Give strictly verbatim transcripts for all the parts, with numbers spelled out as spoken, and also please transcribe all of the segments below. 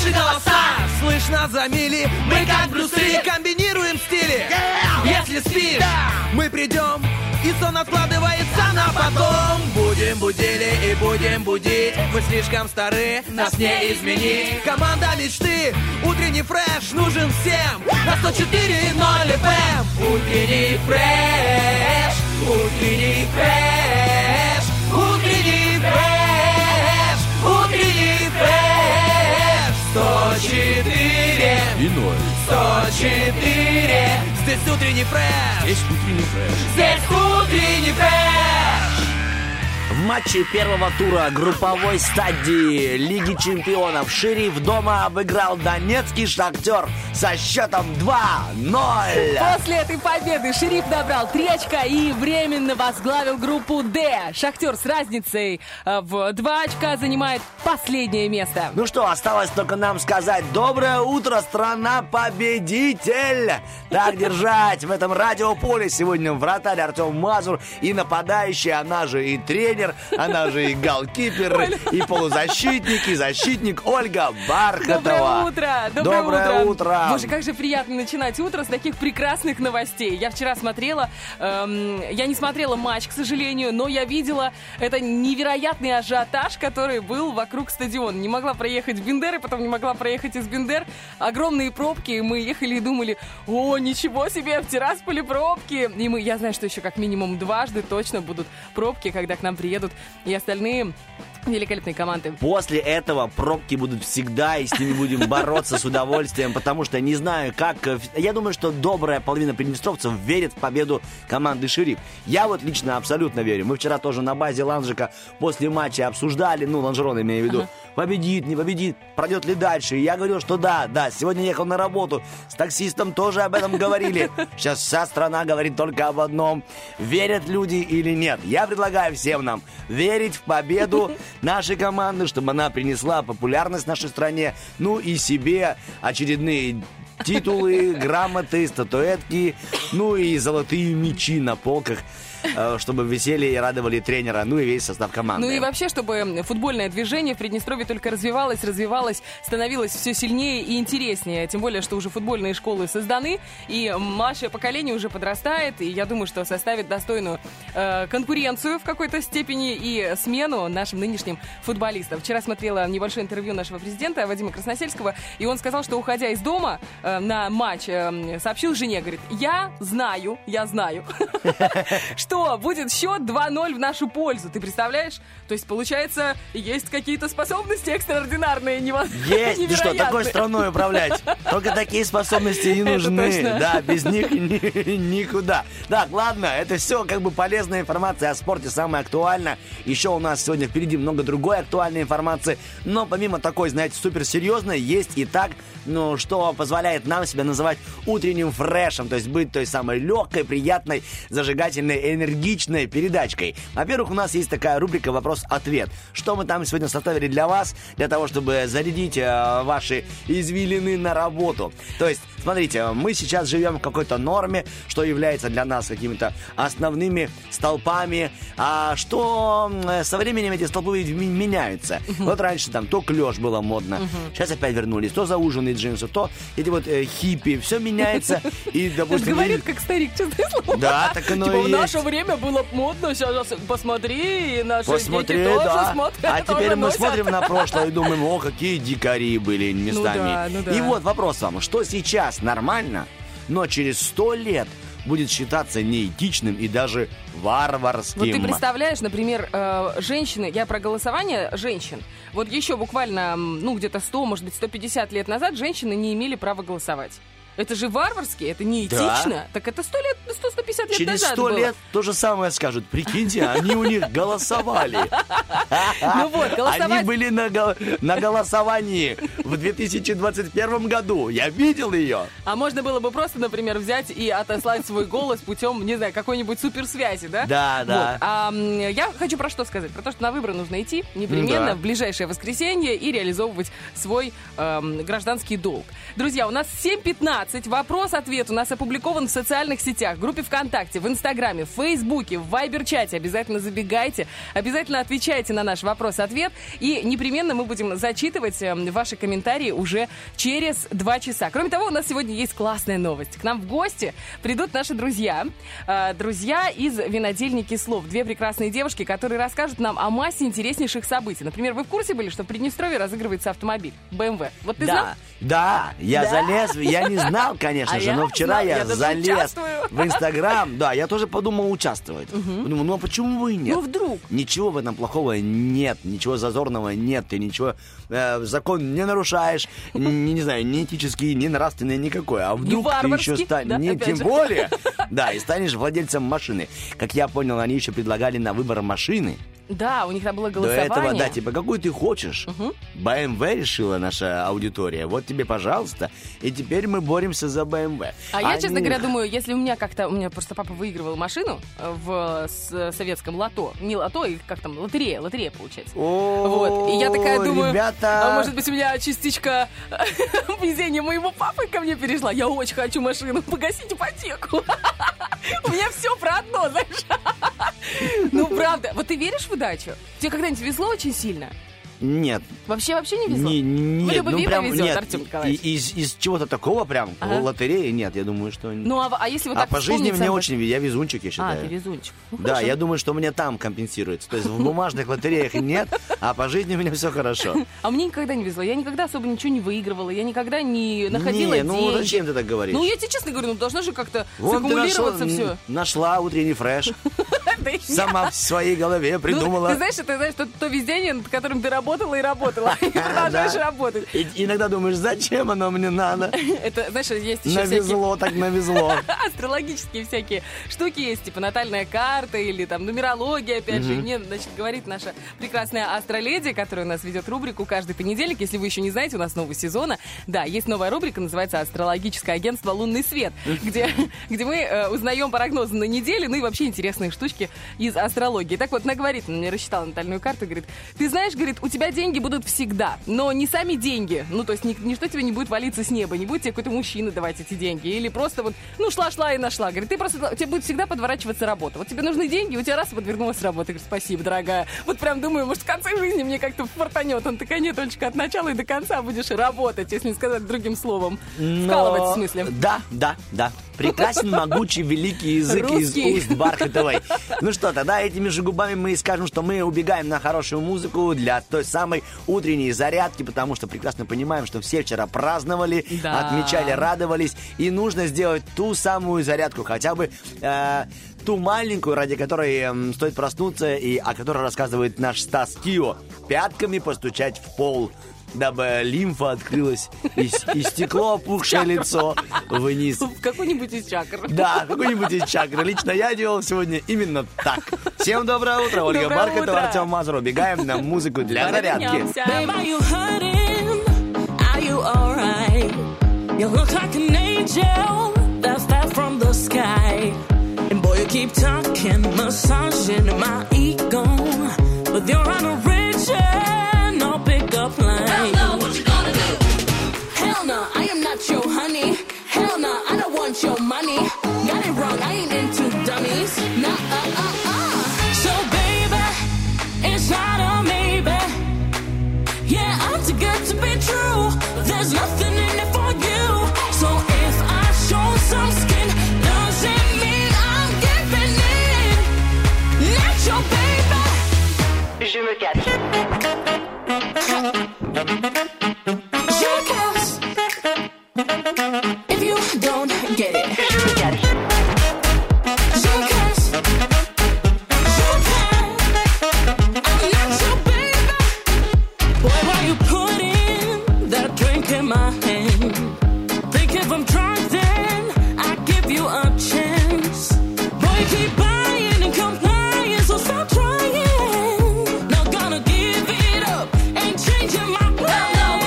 Наши голоса слышно за мили. Мы как Брюс Ли комбинируем стили. Если спишь, мы придем, и сон откладывается на потом. Будем будили и будем будить. Мы слишком стары, нас не изменить. Команда мечты, утренний фреш нужен всем. На сто четыре ноль эф эм. Утренний фреш, утренний фреш, утренний фреш, утренний фреш. Сто четыре И ноль. сто четыре. Здесь утренний фреш. Здесь утренний фреш. Здесь утренний фреш. В матче первого тура групповой стадии Лиги чемпионов «Шериф» дома обыграл донецкий «Шахтер» со счетом два ноль. После этой победы «Шериф» набрал три очка и временно возглавил группу «Д». «Шахтер» с разницей в два очка занимает последнее место. Ну что, осталось только нам сказать доброе утро, страна-победитель! Так держать! В этом радиополе сегодня вратарь Артем Мазур и нападающий, она же и тренер, она же и голкипер, и полузащитник, и защитник Ольга Бархатова. Доброе утро! Доброе, Доброе утро. утро! Боже, как же приятно начинать утро с таких прекрасных новостей. Я вчера смотрела, эм, я не смотрела матч, к сожалению, но я видела это невероятный ажиотаж, который был вокруг стадиона. Не могла проехать в Бендеры, потом не могла проехать из Бендер. Огромные пробки, и мы ехали и думали: о, ничего себе, в Тирасполе пробки. И мы, я знаю, что еще как минимум дважды точно будут пробки, когда к нам приедут и остальные великолепные команды. После этого пробки будут всегда, и с ними будем бороться с удовольствием, потому что не знаю, как... Я думаю, что добрая половина приднестровцев верит в победу команды «Шериф». Я вот лично абсолютно верю. Мы вчера тоже на базе Ланжика после матча обсуждали, ну, Ланжерон имею в виду, ага. победит, не победит, пройдет ли дальше. И я говорил, что да, да, сегодня ехал на работу, с таксистом тоже об этом говорили. Сейчас вся страна говорит только об одном. Верят люди или нет? Я предлагаю всем нам верить в победу нашей команды, чтобы она принесла популярность нашей стране, ну и себе очередные титулы, грамоты, статуэтки, ну и золотые мячи на полках, чтобы весели и радовали тренера, ну и весь состав команды. Ну и вообще, чтобы футбольное движение в Приднестровье только развивалось, развивалось, становилось все сильнее и интереснее. Тем более, что уже футбольные школы созданы, и младшее поколение уже подрастает, и я думаю, что составит достойную э, конкуренцию в какой-то степени и смену нашим нынешним футболистам. Вчера смотрела небольшое интервью нашего президента Вадима Красносельского, и он сказал, что, уходя из дома э, на матч, э, сообщил жене, говорит: я знаю, я знаю, что Что будет счет два ноль в нашу пользу. Ты представляешь? То есть, получается, есть какие-то способности экстраординарные, невозможные. Есть, ты что, такой страной управлять? Только такие способности не нужны. Да, без них ни, никуда. Так, ладно, это все как бы полезная информация о спорте, самая актуальная. Еще у нас сегодня впереди много другой актуальной информации. Но помимо такой, знаете, суперсерьезной, есть и так, ну, что позволяет нам себя называть утренним фрешем. То есть быть той самой легкой, приятной, зажигательной энергией, энергичной передачкой. Во-первых, у нас есть такая рубрика «Вопрос-ответ». Что мы там сегодня составили для вас, для того, чтобы зарядить э, ваши извилины на работу. То есть, смотрите, мы сейчас живем в какой-то норме, что является для нас какими-то основными столпами, а что э, со временем эти столпы меняются. Uh-huh. Вот раньше там то клеш было модно, uh-huh. сейчас опять вернулись, то зауженные джинсы, то эти вот э, хиппи, все меняется. И, допустим, говорит, как старик, честное слово. Да, так оно и есть. Время было модно, сейчас посмотри, наши посмотри, дети тоже да. смотрят. А теперь мы носят. смотрим на прошлое и думаем: о, какие дикари были местами. Ну да, ну да. И вот вопрос вам: что сейчас нормально, но через сто лет будет считаться неэтичным и даже варварским? Вот ты представляешь, например, э, женщины, я про голосование женщин, вот еще буквально, ну, где-то сто, может быть, сто пятьдесят лет назад женщины не имели права голосовать. Это же варварски, это неэтично. Да. Так это сто лет, сто-сто пятьдесят лет Через назад сто было. лет то же самое скажут. Прикиньте, они у них голосовали. Ну вот, голосовать... Они были на, го... на голосовании в две тысячи двадцать первом году. Я видел ее. А можно было бы просто, например, взять и отослать свой голос путем, не знаю, какой-нибудь суперсвязи, да? Да, да. Вот. А, я хочу про что сказать? Про то, что на выборы нужно идти непременно да. в ближайшее воскресенье и реализовывать свой эм, гражданский долг. Друзья, у нас семь пятнадцать. двадцать. Вопрос-ответ у нас опубликован в социальных сетях, в группе ВКонтакте, в Инстаграме, в Фейсбуке, в Вайбер-чате. Обязательно забегайте, обязательно отвечайте на наш вопрос-ответ. И непременно мы будем зачитывать ваши комментарии уже через два часа. Кроме того, у нас сегодня есть классная новость. К нам в гости придут наши друзья. Друзья из винодельни слов. Две прекрасные девушки, которые расскажут нам о массе интереснейших событий. Например, вы в курсе были, что в Приднестровье разыгрывается автомобиль бэ эм вэ? Вот ты да, знал? Да, я Да? залез, я не знал, конечно А же, я но вчера знал, я, я даже залез участвую. в Инстаграм. Да, я тоже подумал участвовать. Подумал, ну а почему бы и нет? Ну, вдруг? Ничего в этом плохого нет, ничего зазорного нет, ты ничего, э, закон не нарушаешь, не, не знаю, ни этический, ни нравственный, никакой. А вдруг ты еще варварский, станешь, да, не, опять тем же. более, да, и станешь владельцем машины. Как я понял, они еще предлагали на выбор машины. Да, у них там было До голосование. этого, да, типа, какую ты хочешь. бэ эм вэ решила наша аудитория. Вот тебе, пожалуйста. И теперь мы боремся за бэ эм вэ. А я, Они- честно говоря, думаю, если у меня как-то... У меня просто папа выигрывал машину в с- советском лото. Не лото, и как там, лотерея, лотерея получается. О, Вот. И я такая думаю, ребята... а может быть, у меня частичка везения моего папы ко мне перешла. Я очень хочу машину, погасить ипотеку. У меня все про одно, знаешь. Ну, правда. Вот ты веришь в удачу? Тебе когда-нибудь везло очень сильно? Нет. Вообще, вообще не везло? Не, не, Ну, либо ну мимо прям везет, нет. Артем Николаевич. И- Из, из чего-то такого прям, Ага. лотереи нет, я думаю, что... Ну, а, а если вот а так по жизни вспомнить мне собой- очень... Я везунчик, я А, считаю. ты везунчик. Ну, Да, хорошо. я думаю, что мне там компенсируется. То есть в бумажных лотереях нет, а по жизни у меня все хорошо. А мне никогда не везло. Я никогда особо ничего не выигрывала. Я никогда не находила Не, ну деньги. зачем ты так говоришь? Ну, я тебе честно говорю, ну, должно же как-то Вон ты нашла, саккумулироваться все. нашла утренний фреш, сама в своей голове придумала. Ну, ты знаешь, это знаешь, то, то везение, над которым ты работала и работала. И продолжаешь Да. работать. И иногда думаешь, зачем оно мне надо? Это, знаешь, есть еще всякие Навезло, так навезло. астрологические всякие штуки есть, типа натальная карта или там нумерология, опять же. И мне, значит, говорит наша прекрасная астроледи, которая у нас ведет рубрику каждый понедельник. Если вы еще не знаете, у нас новый сезон. Да, есть новая рубрика, называется «Астрологическое агентство «Лунный свет», где, где мы э, узнаем прогнозы на неделю, ну и вообще интересные штучки из астрологии. Так вот, она говорит, она мне рассчитала натальную карту, говорит, ты знаешь, говорит, у тебя деньги будут всегда, но не сами деньги. Ну, то есть ни- ничто тебе не будет валиться с неба, не будет тебе какой-то мужчина давать эти деньги. Или просто вот, ну, шла-шла и нашла. Говорит, ты просто, тебе будет всегда подворачиваться работа. Вот тебе нужны деньги, у тебя раз и подвернулась работа. Говорит, спасибо, дорогая. Вот прям думаю, может, в конце жизни мне как-то фартанет. Он такая, нет, Олечка, от начала и до конца будешь работать, если не сказать другим словом. Вкалывать, в смысле. Да, да, да. Прекрасен, могучий, великий язык Русский. из уст Бархатовой. Ну что, тогда этими же губами мы и скажем, что мы убегаем на хорошую музыку для той самой утренней зарядки, потому что прекрасно понимаем, что все вчера праздновали, Да. отмечали, радовались, и нужно сделать ту самую зарядку, хотя бы э, ту маленькую, ради которой э, стоит проснуться, и о которой рассказывает наш Стас Кио. Пятками постучать в пол, дабы лимфа открылась и, с- и стекло опухшее лицо вниз. В какой-нибудь из чакр. Да, какой-нибудь из чакры. Лично я делал сегодня именно так. Всем доброе утро, Ольга Доброе Бархатова, утро. Артем Мазур. Убегаем на музыку для зарядки. Вернемся. Are you hurting? Are you alright? You look like an angel that fell from the sky. And boy, you keep talking, massaging my ego. But you're on a rich no pickup line. Hell no, what you gonna do? Hell no, I am not your honey. Hell no, I don't want your money. Got it wrong, I ain't into dummies. Nah, uh, uh, uh. So baby, it's not a maybe. Yeah, I'm too good to be true. There's nothing in it for you. So if I show some skin, doesn't mean I'm giving in. Not your baby. Je me cache. Jackass. If you don't get it. Je me cache. Jackass. Jackass. I'm not your baby. Boy, why you putting that drink in my hand? Think if I'm drunk, then I give you a chance. Boy, you keep buying and complying, so stop trying. Not gonna give it up, ain't changing my plan.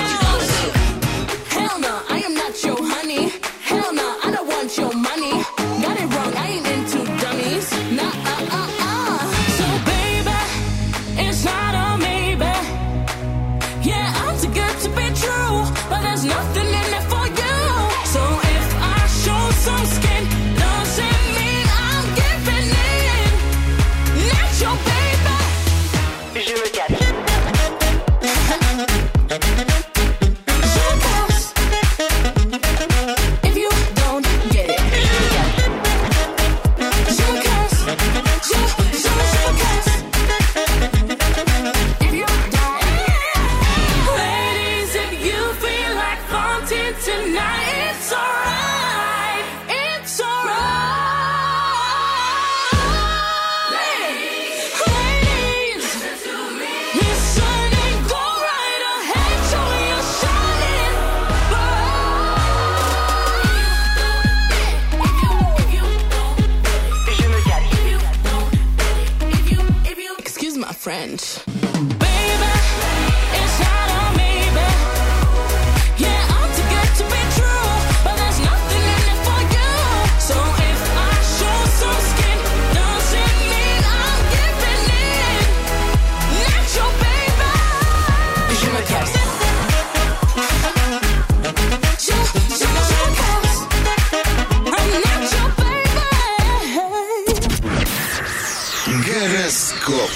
friend. Baby, it's not a maybe. Yeah, I'm too good to be true, but there's nothing in it for you. So if I show some skin, doesn't mean I'm giving in. Not your baby. Je me casse. Гороскоп.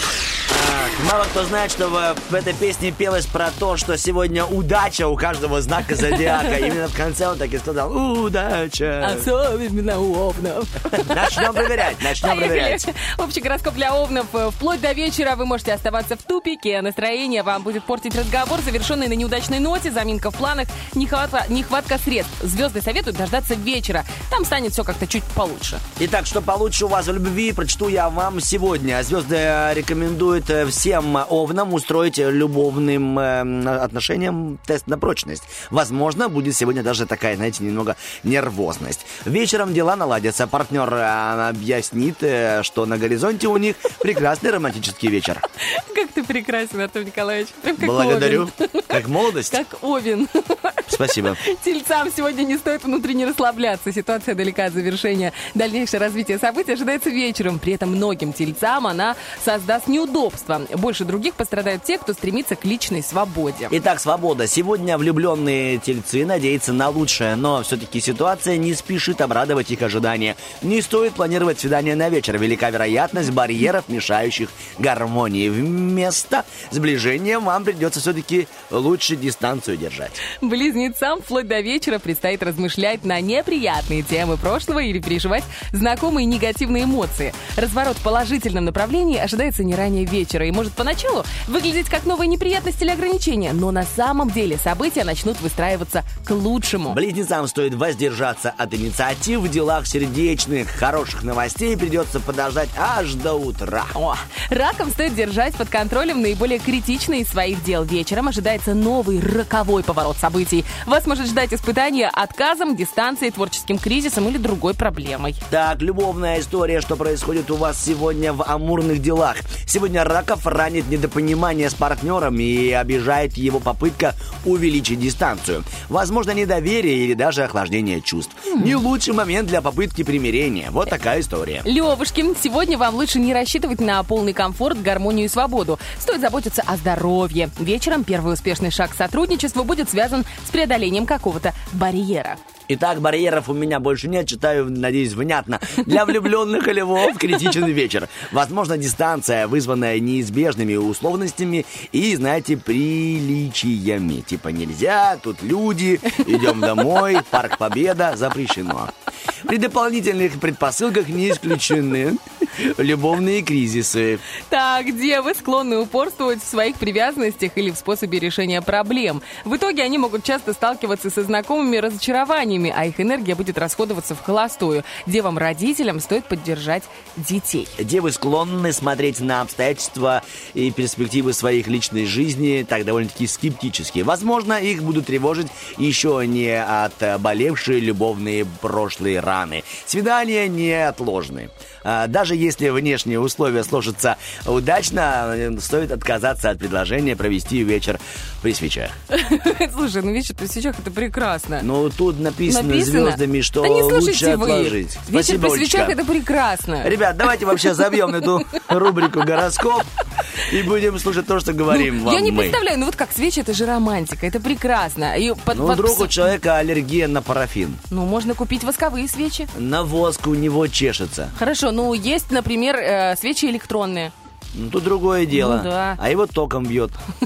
Мало кто знает, что в, в этой песне пелось про то, что сегодня удача у каждого знака зодиака. Именно в конце он так и сказал: удача. Особенно у овнов. Начнем проверять, начнем Поехали. проверять. Общий гороскоп для овнов. Вплоть до вечера вы можете оставаться в тупике. Настроение вам будет портить разговор, завершенный на неудачной ноте, заминка в планах, нехватка, нехватка средств. Звезды советуют дождаться вечера. Там станет все как-то чуть получше. Итак, что получше у вас в любви, прочту я вам сегодня. Звезды рекомендуют всем овнам устроить любовным э, отношениям тест на прочность. Возможно, будет сегодня даже такая, знаете, немного нервозность. Вечером дела наладятся. Партнер э, объяснит, э, что на горизонте у них прекрасный романтический вечер. Как ты прекрасен, Антон Николаевич. Прям как Благодарю. Овен. Как молодость. Как Овен. Спасибо. Тельцам сегодня не стоит внутренне расслабляться. Ситуация далека от завершения. Дальнейшее развитие событий ожидается вечером. При этом многим тельцам она создаст неудобства. Больше других пострадают те, кто стремится к личной свободе. Итак, свобода. Сегодня влюбленные тельцы надеются на лучшее, но все-таки ситуация не спешит обрадовать их ожидания. Не стоит планировать свидание на вечер. Велика вероятность барьеров, мешающих гармонии. Вместо сближения вам придется все-таки лучше дистанцию держать. Близнецам вплоть до вечера предстоит размышлять на неприятные темы прошлого или переживать знакомые негативные эмоции. Разворот в положительном направлении ожидается не ранее вечера и может поначалу выглядеть как новые неприятности или ограничения, но на самом деле события начнут выстраиваться к лучшему. Близнецам стоит воздержаться от инициатив в делах сердечных. Хороших новостей придется подождать аж до утра. О, ракам стоит держать под контролем наиболее критичные из своих дел. Вечером ожидается новый роковой поворот событий. Вас может ждать испытание отказом, дистанцией, творческим кризисом или другой проблемой. Так, любовная история, что происходит у вас сегодня в амурных делах. Сегодня раков ранит недопонимание с партнером и обижает его попытка увеличить дистанцию. Возможно, недоверие или даже охлаждение чувств. Не лучший момент для попытки примирения. Вот такая история. Левушки, сегодня вам лучше не рассчитывать на полный комфорт, гармонию и свободу. Стоит заботиться о здоровье. Вечером первый успешный шаг к сотрудничеству будет связан с преодолением какого-то барьера. Итак, барьеров у меня больше нет, читаю, надеюсь, внятно. Для влюбленных и львов критичен вечер. Возможно, дистанция, вызванная неизбежными условностями и, знаете, приличиями. Типа нельзя, тут люди, идем домой, парк Победа, запрещено. При дополнительных предпосылках не исключены любовные кризисы. Так, девы склонны упорствовать в своих привязанностях или в способе решения проблем. В итоге они могут часто сталкиваться со знакомыми разочарованиями, а их энергия будет расходоваться в холостую. Девам-родителям стоит поддержать детей. Девы склонны смотреть на обстоятельства и перспективы своих личной жизни так довольно-таки скептически. Возможно, их будут тревожить еще не отболевшие любовные прошлые раны. Свидания неотложны. Даже если внешние условия сложатся удачно, стоит отказаться от предложения провести вечер при свечах. Слушай, ну вечер при свечах — это прекрасно. Ну, тут написано, Написано? звездами, что Да не лучше слушайте вы. отложить. Вечер Спасибо, при свечах — Олечка. это прекрасно. Ребят, давайте вообще забьем эту рубрику «Гороскоп» и будем слушать то, что говорим Ну, вам я не мы. представляю, ну вот как свечи — это же романтика, это прекрасно. И под- Ну, под- вдруг у человека аллергия на парафин. Ну, можно купить восковые свечи. На воск у него чешется. Хорошо, ну есть, например, э, свечи электронные. Ну, тут другое дело. Ну, да. А его током бьет.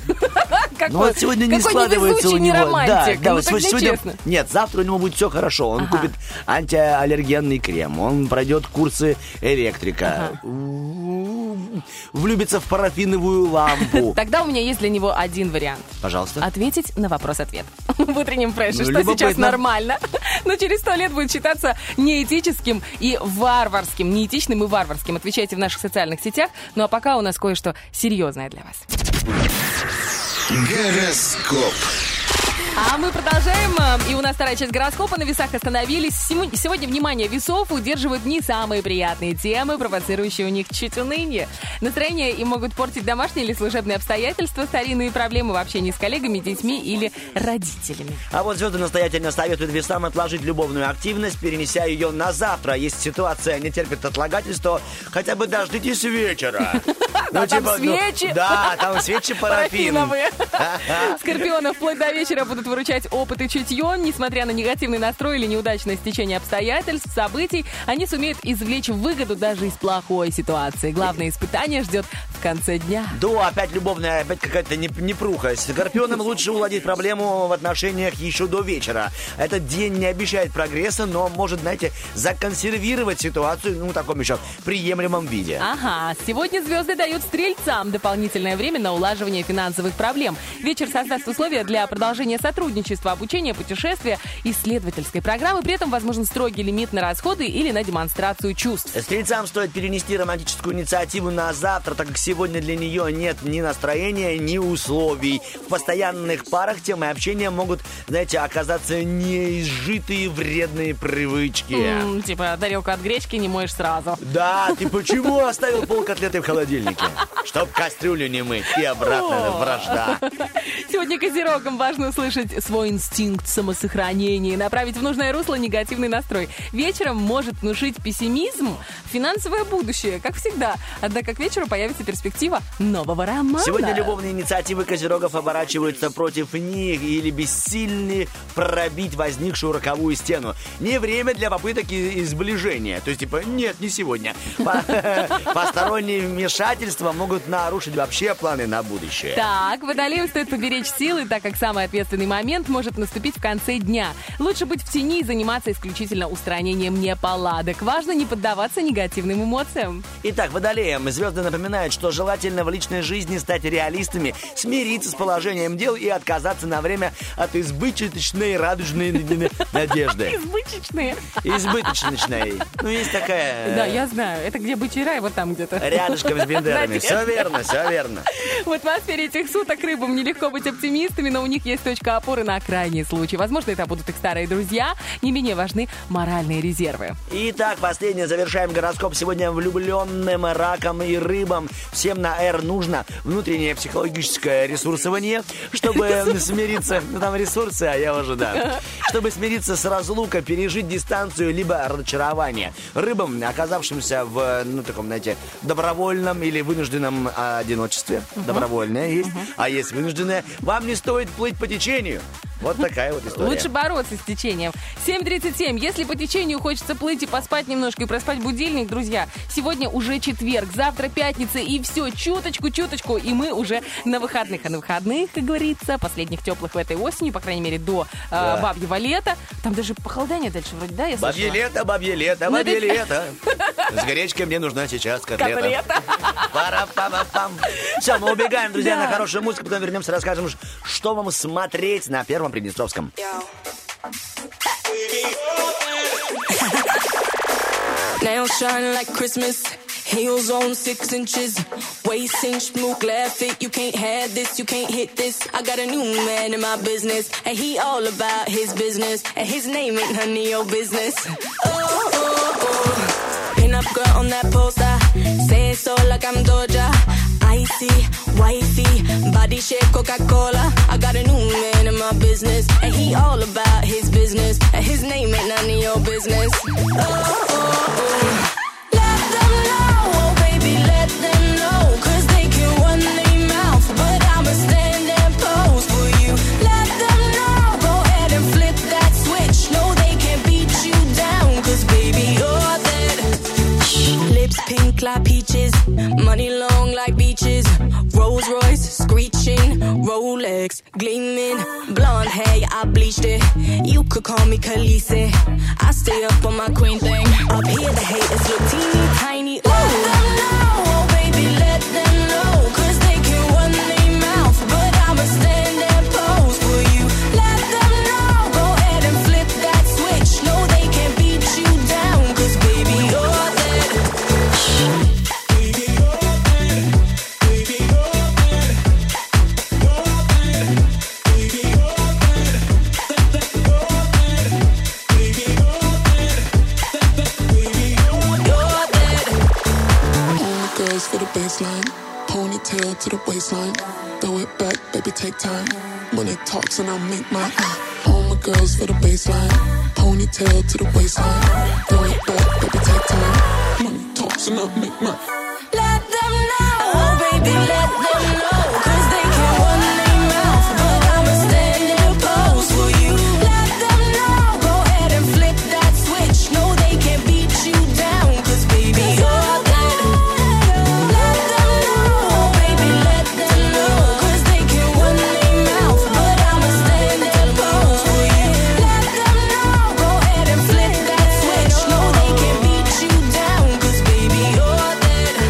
Какой, Ну, вот сегодня не какой складывается у невезучий него. неромантик. Да, да, Ну, вот так сегодня... нечестно. Нет, завтра у него будет все хорошо. Он Ага. купит антиаллергенный крем. Он пройдет курсы электрика. Влюбится в парафиновую лампу. Тогда у меня есть для него один вариант. Пожалуйста. Ответить на вопрос-ответ. В утреннем фреше. Ну, Что сейчас любопытно. нормально, но через сто лет будет считаться неэтическим и варварским. Неэтичным и варварским. Отвечайте в наших социальных сетях. Ну а пока у нас кое-что серьезное для вас. Гороскоп. А мы продолжаем. И у нас вторая часть гороскопа. На весах остановились. Сегодня, внимание, весов удерживают не самые приятные темы, провоцирующие у них чуть уныние. Настроение им могут портить домашние или служебные обстоятельства, старинные проблемы в общении с коллегами, детьми или родителями. А вот звезды настоятельно советуют весам отложить любовную активность, перенеся ее на завтра. Если ситуация не терпит отлагательства, хотя бы дождитесь вечера. Ну, там свечи. Да, там свечи парафин. Скорпионов вплоть до вечера будут выручать опыт и чутье. Несмотря на негативный настрой или неудачное стечение обстоятельств, событий, они сумеют извлечь выгоду даже из плохой ситуации. Главное испытание ждет в конце дня. Да, опять любовная, опять какая-то непруха. Скорпионам лучше уладить проблему в отношениях еще до вечера. Этот день не обещает прогресса, но может, знаете, законсервировать ситуацию, ну, в таком еще приемлемом виде. Ага, сегодня звезды дают стрельцам дополнительное время на улаживание финансовых проблем. Вечер создаст условия для продолжения сотрудничества, обучения, путешествия, исследовательской программы. При этом возможен строгий лимит на расходы или на демонстрацию чувств. Стрельцам стоит перенести романтическую инициативу на завтра, так как сегодня для нее нет ни настроения, ни условий. В постоянных парах темой общения могут, знаете, оказаться неизжитые вредные привычки. М-м, типа тарелку от гречки не моешь сразу. Да, ты почему оставил полкотлеты в холодильнике? Чтоб кастрюлю не мыть, и обратно вражда. Сегодня козерогам важно услышать свой инстинкт самосохранения и направить в нужное русло негативный настрой. Вечером может внушить пессимизм финансовое будущее, как всегда. Однако к вечеру появится перспектива нового романа. Сегодня любовные инициативы козерогов оборачиваются против них или бессильны пробить возникшую роковую стену. Не время для попыток изближения. То есть, типа, нет, не сегодня. Посторонние вмешательства могут нарушить вообще планы на будущее. Так, водолею стоит поберечь силы, так как самый ответственный момент может наступить в конце дня. Лучше быть в тени и заниматься исключительно устранением неполадок. Важно не поддаваться негативным эмоциям. Итак, водолеям звезды напоминают, что желательно в личной жизни стать реалистами, смириться с положением дел и отказаться на время от избыточной радужной надежды. Избыточные. Избыточной. Ну, есть такая... Да, я знаю. Это где бычий рай, вот там где-то. Рядышком с Бендерами. Все верно, все верно. В атмосфере этих суток рыбам нелегко быть оптимистами, но у них есть точка опоры на крайний случай. Возможно, это будут их старые друзья. Не менее важны моральные резервы. Итак, последнее. Завершаем гороскоп сегодня влюбленным ракам и рыбам. Всем на «Р» нужно внутреннее психологическое ресурсование, чтобы смириться... Ну, там ресурсы, а я уже, да. Чтобы смириться с разлукой, пережить дистанцию, либо разочарование. Рыбам, оказавшимся в, ну, таком, знаете, добровольном или вынужденном одиночестве. Uh-huh. Добровольное есть, uh-huh. а есть вынужденное. Вам не стоит плыть по течению. Вот такая вот история. Лучше бороться с течением. семь тридцать семь. Если по течению хочется плыть и поспать немножко, и проспать будильник, друзья, сегодня уже четверг, завтра пятница, и все, чуточку-чуточку, и мы уже на выходных. А на выходных, как говорится, последних теплых в этой осени, по крайней мере, до э, да. бабьего лета. Там даже похолодание дальше вроде, да, я слышала? Бабье лето, бабье лето, бабье лето. С гречкой мне нужна сейчас котлета. Котлета. Пара-па-па-пам. Все, мы убегаем, друзья, на хорошую музыку, потом вернемся, расскажем, что вам смотреть на Первом Приднестровском. Nails shine like Christmas, heels on six inches, waist inch, smooth glare fit. You can't have this, you can't hit this. I got a new man in my business, and he all about his business, and his name ain't none of your business. Oh, oh, oh. Pin up girl on that poster, say it so like I'm Doja. Icy, wifey, body shape Coca-Cola. I got a new man in my business, and he all about his business, and his name ain't none of your business. Oh, oh, oh. Let them know, oh baby, let them know, cause they can run their mouth, but I'ma stand and pose for you. Let them know, go ahead and flip that switch. No, they can't beat you down, cause baby, you're that. Lips pink like peaches, money long like beaches, Rolls Royce screeching, Rolex gleaming, blonde hair, I bleached it. You could call me Khaleesi. I stay up on my queen thing. Up here the haters look teeny tiny. Ooh. Let them know, oh baby, let them know, cause they can run their mouth, but I'ma stand and pose for you. Let them know, go ahead and flip that switch. No, they can't beat you down, cause baby, you're that. Ponytail to the waistline. Throw it back, baby, take time. Money talks and I make mine. All my girls for the baseline. Ponytail to the waistline. Throw it back, baby, take time. Money talks and I make mine. Let them know, oh baby, let them know. Cause they can run their mouth, but I'ma stand in a pose for you. Let them know, go ahead and flip that switch. No, they can't beat you down, cause baby, you're that. Let them know, oh baby, let them know. Cause they can run their mouth, but I'ma stand in a pose for you. Let them know, go ahead and flip that switch. No, they can't beat you down, cause baby, you're that.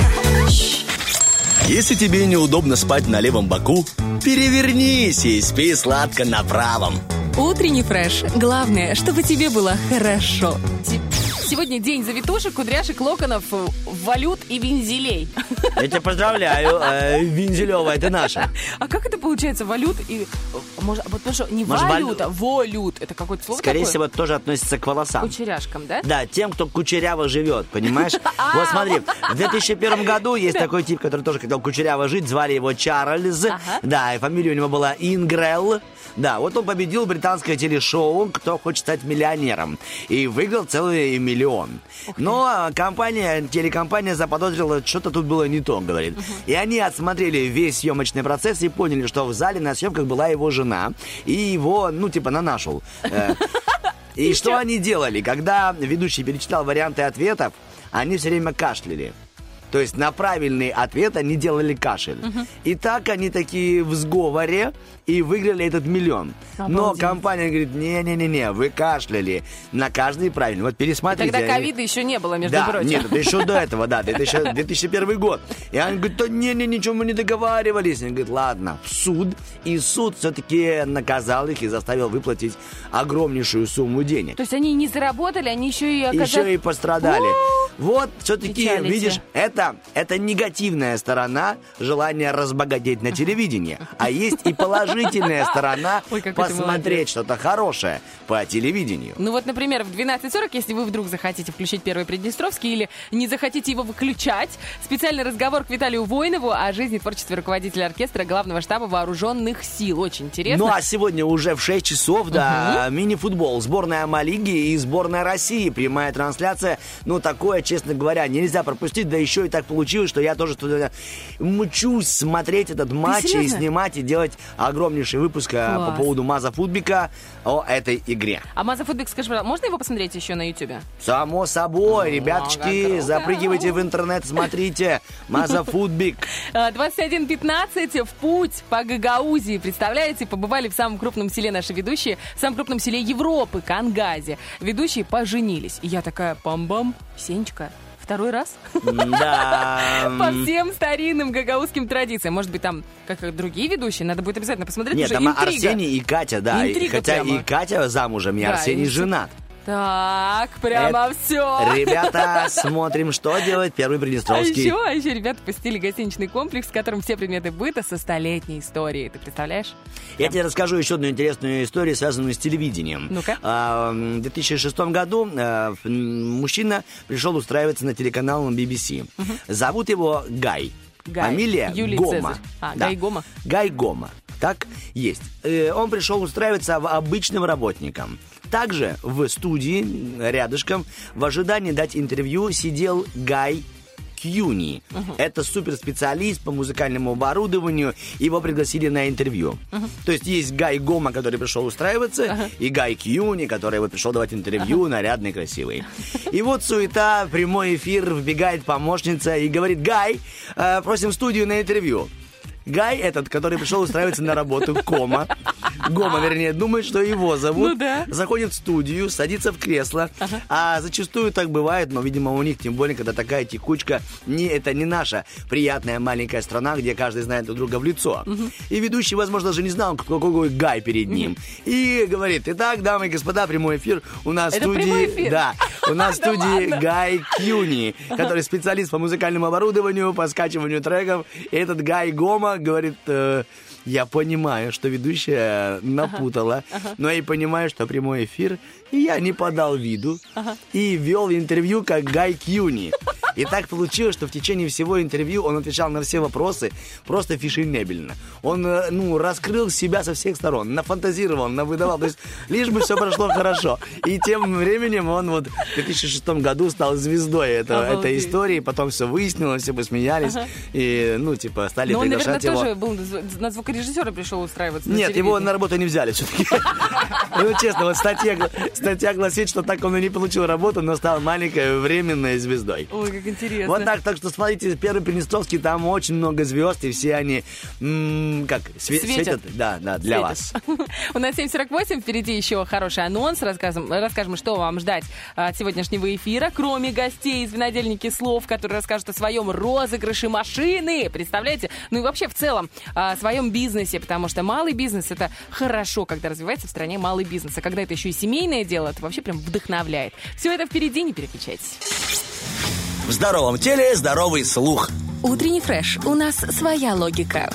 Если тебе неудобно спать на левом боку, перевернись и спи сладко на правом. Утренний фреш. Главное, чтобы тебе было хорошо. Сегодня день завитушек, кудряшек, локонов, валют и вензелей. Я тебя поздравляю, э, Вензелева, это наша. А как это получается, валют и... Может, потому что не Может, валюта, волют. Это какое-то слово Скорее такое? всего, тоже относится к волосам. Кучеряшкам, да? Да, тем, кто кучеряво живет, понимаешь? Вот смотри, в две тысячи первом году есть такой тип, который тоже хотел кучеряво жить, звали его Чарльз. Да, и фамилия у него была Ингрелл. Да, вот он победил британское телешоу «Кто хочет стать миллионером» и выиграл целый миллион. Но компания, телекомпания заподозрила, что-то тут было не то, говорит. И они отсмотрели весь съемочный процесс и поняли, что в зале на съемках была его жена, и его, ну, типа, нанашил. И что они делали? Когда ведущий перечитал варианты ответов, они все время кашляли. То есть на правильный ответ они делали кашель. Uh-huh. И так они такие в сговоре и выиграли этот миллион. Обалдеть. Но компания говорит, не-не-не, вы кашляли на каждый правильный. Вот пересмотрите. И тогда ковида еще не было, между да, прочим. Нет, это еще до этого, да, это еще две тысячи первый год. И они говорят, да не-не, ничего мы не договаривались. Они говорят, ладно, в суд. И суд все-таки наказал их и заставил выплатить огромнейшую сумму денег. То есть они не заработали, они еще и оказались... Еще и пострадали. У-у-у. Вот, все-таки, Печалите. видишь, это, это негативная сторона желания разбогатеть на телевидении. А есть и положительная сторона Ой, посмотреть что-то хорошее по телевидению. Ну вот, например, в двенадцать сорок, если вы вдруг захотите включить Первый Приднестровский или не захотите его выключать, специальный разговор к Виталию Воинову о жизни и творчестве руководителя оркестра Главного штаба Вооруженных сил. Очень интересно. Ну а сегодня уже в шесть часов, да, угу. мини-футбол. Сборная Амалиги и сборная России. Прямая трансляция. Ну, такое, честно говоря, нельзя пропустить. Да еще и так получилось, что я тоже туда мчусь смотреть этот матч и снимать, и делать огромнейший выпуск Класс. По поводу Маза Футбика о этой игре. А Маза Футбик, скажи, пожалуйста, можно его посмотреть еще на Ютубе? Само собой, ребяточки, запрыгивайте в интернет, смотрите. Маза Футбик. двадцать один пятнадцать в путь по Гагаузии. Представляете, побывали в самом крупном селе наши ведущие, в самом крупном селе Европы, Кангазе. Ведущие поженились. И я такая, пам-бам, Сенечка, второй раз? Да. По всем старинным гагаузским традициям. Может быть, там, как и другие ведущие, надо будет обязательно посмотреть. Нет, уже там интрига. Арсений и Катя, да. Интрига Хотя прямо. и Катя замужем, и Да, Арсений и- женат. Так, прямо Это- все. Ребята, смотрим, что делает Первый А Приднестровский. еще, а еще ребята посетили гостиничный комплекс, в котором все предметы быта со столетней историей. Ты представляешь? Я тебе расскажу еще одну интересную историю, связанную с телевидением. Ну-ка. А, В две тысячи шестом году а, м, мужчина пришел устраиваться на телеканал би би си. Зовут его Гай. Гай. Фамилия Юлий Гома. Цезарь. А, Да. Гай Гома. Гай Гома. Так есть. Э, Он пришел устраиваться в обычным работником. Также в студии рядышком в ожидании дать интервью сидел Гай Кьюни. Uh-huh. Это суперспециалист по музыкальному оборудованию. Его пригласили на интервью. Uh-huh. То есть есть Гай Гома, который пришел устраиваться, uh-huh. и Гай Кьюни, который вот пришел давать интервью, uh-huh. нарядный, красивый. И вот суета, прямой эфир, вбегает помощница и говорит: Гай, э, просим в студию на интервью. Гай этот, который пришел устраиваться на работу, Кома, Гома, вернее, думает, что его зовут, Ну да. заходит в студию, садится в кресло, Ага. а зачастую так бывает, но, видимо, у них, тем более, когда такая текучка, не, это не наша приятная маленькая страна, где каждый знает друг друга в лицо. Угу. И ведущий, возможно, даже не знал, какой Гай перед ним. Угу. И говорит: итак, дамы и господа, прямой эфир у нас в Это прямой студии... эфир? Да, у нас в Да студии ладно? Гай Кьюни, который специалист по музыкальному оборудованию, по скачиванию треков. И этот Гай Гома говорит: э, я понимаю, что ведущая немножко напутала. Ага. Но я и понимаю, что прямой эфир, и я не подал виду. Ага. И вел интервью как Гай Кьюни. И так получилось, что в течение всего интервью он отвечал на все вопросы просто фешенебельно. Он, ну, раскрыл себя со всех сторон, нафантазировал, навыдавал. То есть лишь бы все прошло хорошо. И тем временем он вот в две тысячи шестом году стал звездой этого, этой истории. Потом все выяснилось, все посмеялись. Ага. И, ну, типа, стали Но приглашать его. Он, наверное, тоже был на звукорежиссера пришел устраиваться. Нет, его на работу не взяли все-таки. Ну, честно, вот статья гласит, что так он и не получил работу, но стал маленькой временной звездой. Ой, как интересно. Вот так, так что смотрите, Первый Приднестровский, там очень много звезд, и все они, м- как, све- светят. светят? Да, да, для светят. Вас. У нас семь сорок восемь, впереди еще хороший анонс, расскажем, расскажем, что вам ждать от сегодняшнего эфира, кроме гостей из «Винодельники слов», которые расскажут о своем розыгрыше машины, представляете? Ну и вообще в целом о своем бизнесе, потому что малый бизнес — это хорошо, когда развивается в стране малый бизнес, а когда это еще и семейное дело, это вообще прям вдохновляет. Все это впереди, не переключайтесь. В здоровом теле здоровый слух. Утренний фреш. У нас своя логика.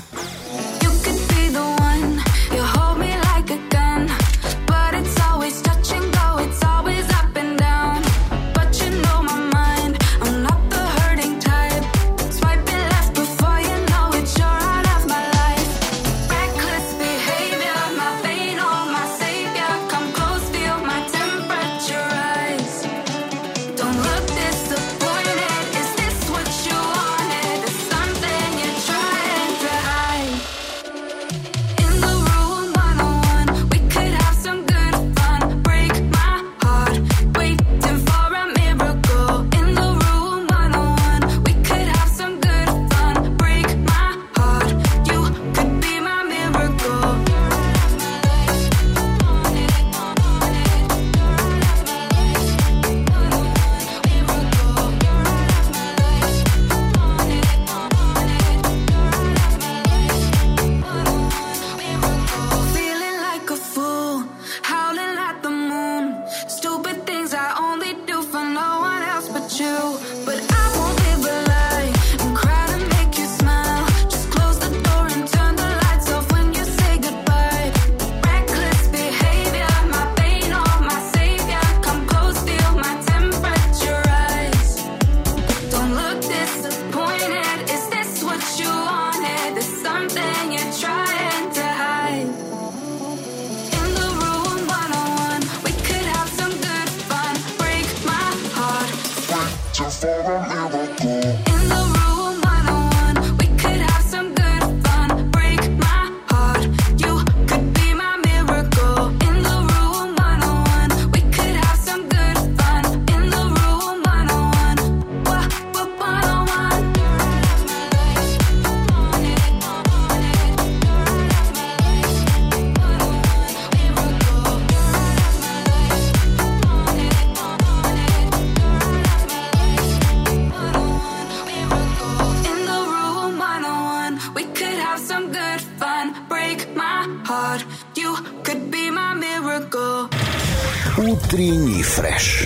Утренний фреш.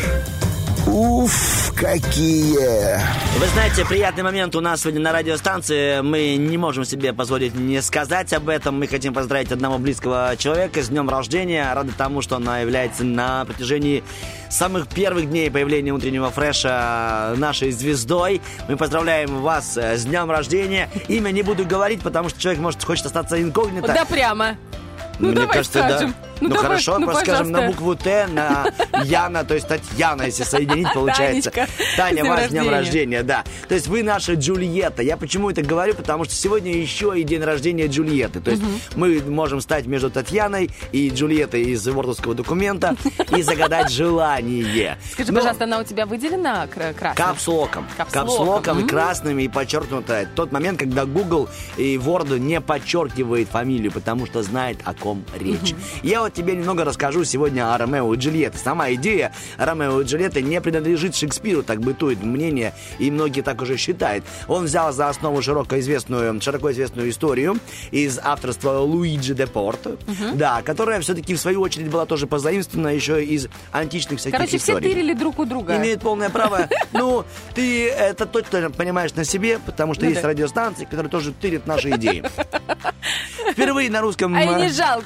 Уф, какие! Вы знаете, приятный момент у нас сегодня на радиостанции. Мы не можем себе позволить не сказать об этом. Мы хотим поздравить одного близкого человека с днем рождения. Рады тому, что она является на протяжении самых первых дней появления утреннего фреша нашей звездой. Мы поздравляем вас с днем рождения. Имя не буду говорить, потому что человек, может, хочет остаться инкогнито. Да прямо. Ну, Мне давай кажется, скажем. да. Ну, Ну, давай, хорошо, ну, просто скажем на пожалуйста. букву Т, на Яна, то есть Татьяна, если соединить, получается. Танечка, Таня, с днем вас с днем рождения. рождения, да. То есть вы наша Джульетта. Я почему это говорю? Потому что сегодня еще и день рождения Джульетты. То есть мы можем стать между Татьяной и Джульеттой из вордовского документа и загадать желание. Скажи, Но пожалуйста, она у тебя выделена кра- красным? Капслоком. Капслоком. Капслоком и М. красными, и подчеркнуто. Тот момент, когда Google и Word не подчеркивает фамилию, потому что знает, о ком речь. Я вот тебе немного расскажу сегодня о Ромео и Джульетте. Сама идея Ромео и Джульетты не принадлежит Шекспиру, так бытует мнение, и многие так уже считают. Он взял за основу широко известную, широко известную историю из авторства Луиджи де Порто, да, которая все-таки в свою очередь была тоже позаимствована еще из античных всяких Короче, все историй. тырили друг у друга. Имеет полное право. Ну, ты это точно понимаешь на себе, потому что Ну есть да. радиостанции, которые тоже тырят наши идеи. Впервые на русском... А и не жалко.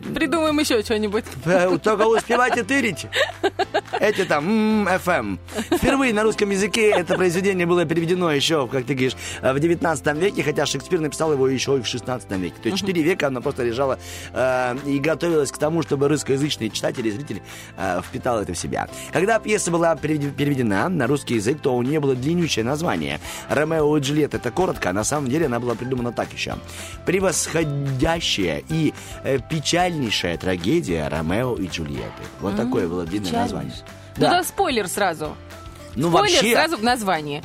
Придумаем еще что-нибудь. Только успевайте тырить. Эти там эф эм. Впервые на русском языке это произведение было переведено еще, как ты говоришь, в девятнадцатом веке, хотя Шекспир написал его еще и в шестнадцатом веке. То есть четыре века оно просто лежало э, и готовилось к тому, чтобы русскоязычные читатели и зрители э, впитали это в себя. Когда пьеса была переведена на русский язык, то у нее было длиннющее название. «Ромео и Джульетта». Это коротко, а на самом деле она была придумана так еще. «Превосходящая и э, печальнейшая трагедия Ромео и Джульетты». Вот mm-hmm. такое было длинное Печально. название. Ну Да. да, спойлер сразу. Ну, Спойлер вообще, сразу в названии.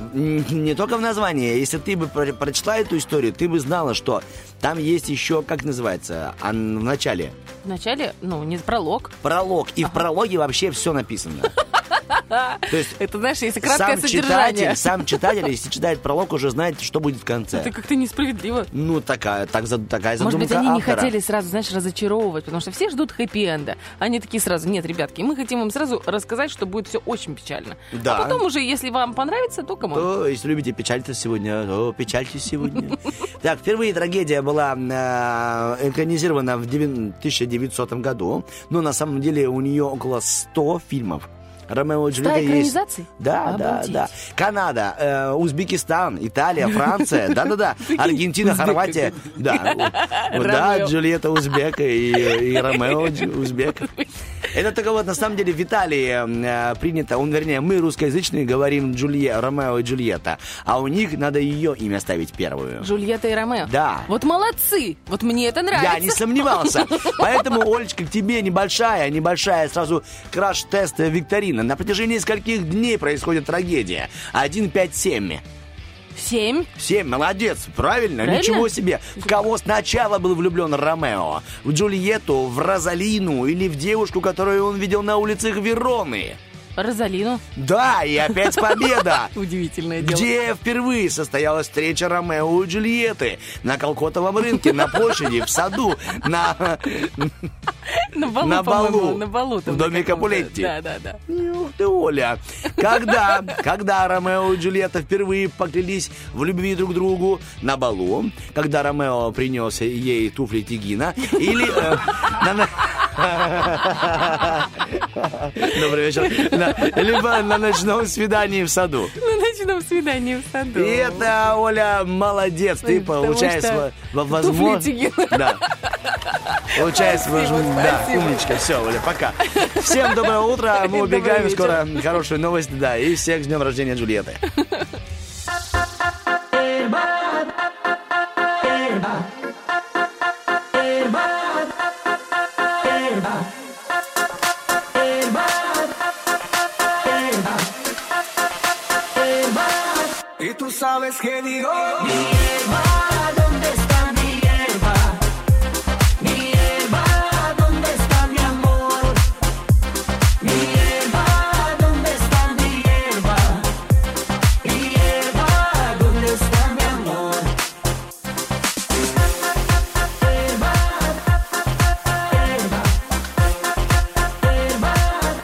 не только в названии. Если ты бы про- прочла эту историю, ты бы знала, что там есть еще, как называется, а в начале? В начале, ну, не пролог. Пролог. И в прологе вообще все написано. То есть это, знаешь, если краткое сам содержание. читатель, сам читатель, если читает пролог, уже знает, что будет в конце. Это как-то несправедливо. Ну, такая, так, такая задумка Может быть, они не автора. хотели сразу, знаешь, разочаровывать, потому что все ждут хэппи-энда. Они такие сразу: нет, ребятки, мы хотим вам сразу рассказать, что будет все очень печально. Да. А потом уже, если вам понравится, то кому? То, если любите печаль-то сегодня, то печальтесь сегодня. Так, впервые трагедия была э, экранизирована в тысяча девятисотом году, но на самом деле у нее около ста фильмов. Ромео и Джульетта есть. экранизаций? Да, да, Обалдеть. да. Канада, э, Узбекистан, Италия, Франция, да-да-да. Аргентина, Хорватия. Да, вот, да, Ромео. Джульетта узбека и, и Ромео узбек. Это только вот на самом деле в Италии э, принято, он, вернее, мы русскоязычные говорим Джулье, Ромео и Джульетта, а у них надо ее имя ставить первую. Джульетта и Ромео. Да. Вот молодцы. Вот мне это нравится. Я не сомневался. Поэтому, Олечка, к тебе небольшая, небольшая сразу краш-тест викторина. На протяжении скольких дней происходит трагедия? один, пять, семь. Семь. Семь, молодец, правильно? Правильно? Ничего себе. В кого сначала был влюблен Ромео? В Джульетту, в Розалину или в девушку, которую он видел на улицах Вероны? Розалину. Да, и опять победа. Удивительное дело. Где впервые состоялась встреча Ромео и Джульетты? На Колкотовом рынке, на площади, в саду, на... На балу, На по-моему, балу. на балу. там В доме на каком-то. Капулетти. Да, да, да. Ух ты, Оля. Когда, когда Ромео и Джульетта впервые поклялись в любви друг к другу? На балу. Когда Ромео принес ей туфли Тигина. Или... э, на- на- Добрый вечер. На- Либо на ночном свидании в саду. На ночном свидании в саду. И это, Оля, молодец. Ты Потому получаешь что во- во- возможность... туфли Тигина. Да. Получается, Спасибо, возможно- да, спасибо. умничка. Все, Оля, пока. Всем доброе утро. Мы Добрый убегаем вечер. скоро. Хорошие новости, да. И всех с днем рождения Джульетты. Y tú sabes que digo, ¿Dónde está mi hierba? Mi hierba, ¿dónde está mi amor? Mi hierba, ¿dónde está mi hierba? Mi hierba, ¿dónde está mi amor? Hierba, hierba, hierba,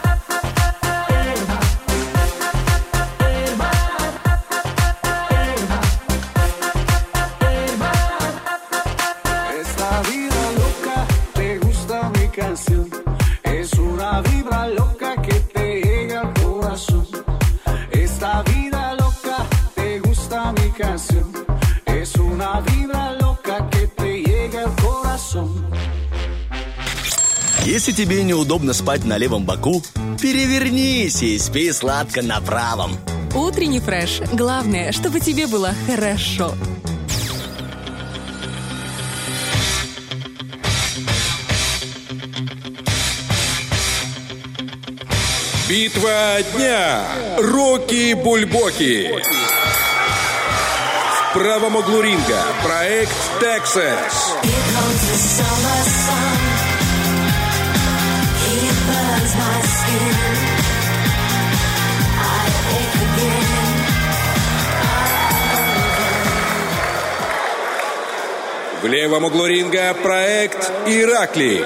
esta vida loca, te gusta mi canción. Es una vibra loca que te llega al corazón. Esta vida loca, te gusta mi canción. Es una vibra loca que te llega al corazón. Если тебе неудобно спать на левом боку, перевернись и спи сладко на правом. Утренний фреш. Главное, чтобы тебе было хорошо. Битва дня. Рокки Бульбоки. В правом углу ринга проект Texas. В левом углу ринга проект Иракли.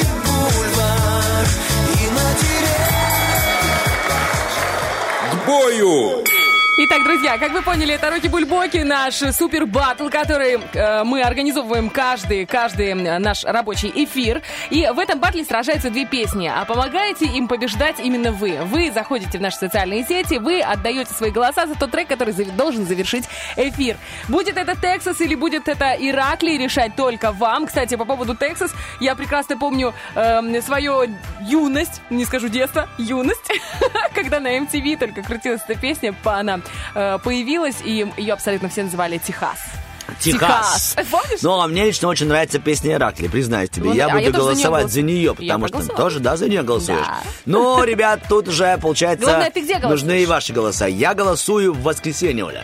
К бою бою! Итак, друзья, как вы поняли, это Роки-Бульбоки, наш супер баттл, который э, мы организовываем каждый, каждый наш рабочий эфир. И в этом баттле сражаются две песни, а помогаете им побеждать именно вы. Вы заходите в наши социальные сети, вы отдаете свои голоса за тот трек, который зав... должен завершить эфир. Будет это Texas или будет это Иракли, решать только вам. Кстати, по поводу Texas, я прекрасно помню э, свою юность, не скажу детство, юность, когда на эм ти ви только крутилась эта песня, она появилась, и ее абсолютно все называли Техас. Техас. Техас. Помнишь? Ну, а мне лично очень нравится песня Иракли, признаюсь тебе. Ну, я а буду я голосовать за за нее, потому что тоже, да, за нее голосуешь. Да. Ну, ребят, тут уже, получается, главное, ты где нужны и ваши голоса. Я голосую в воскресенье, Оля.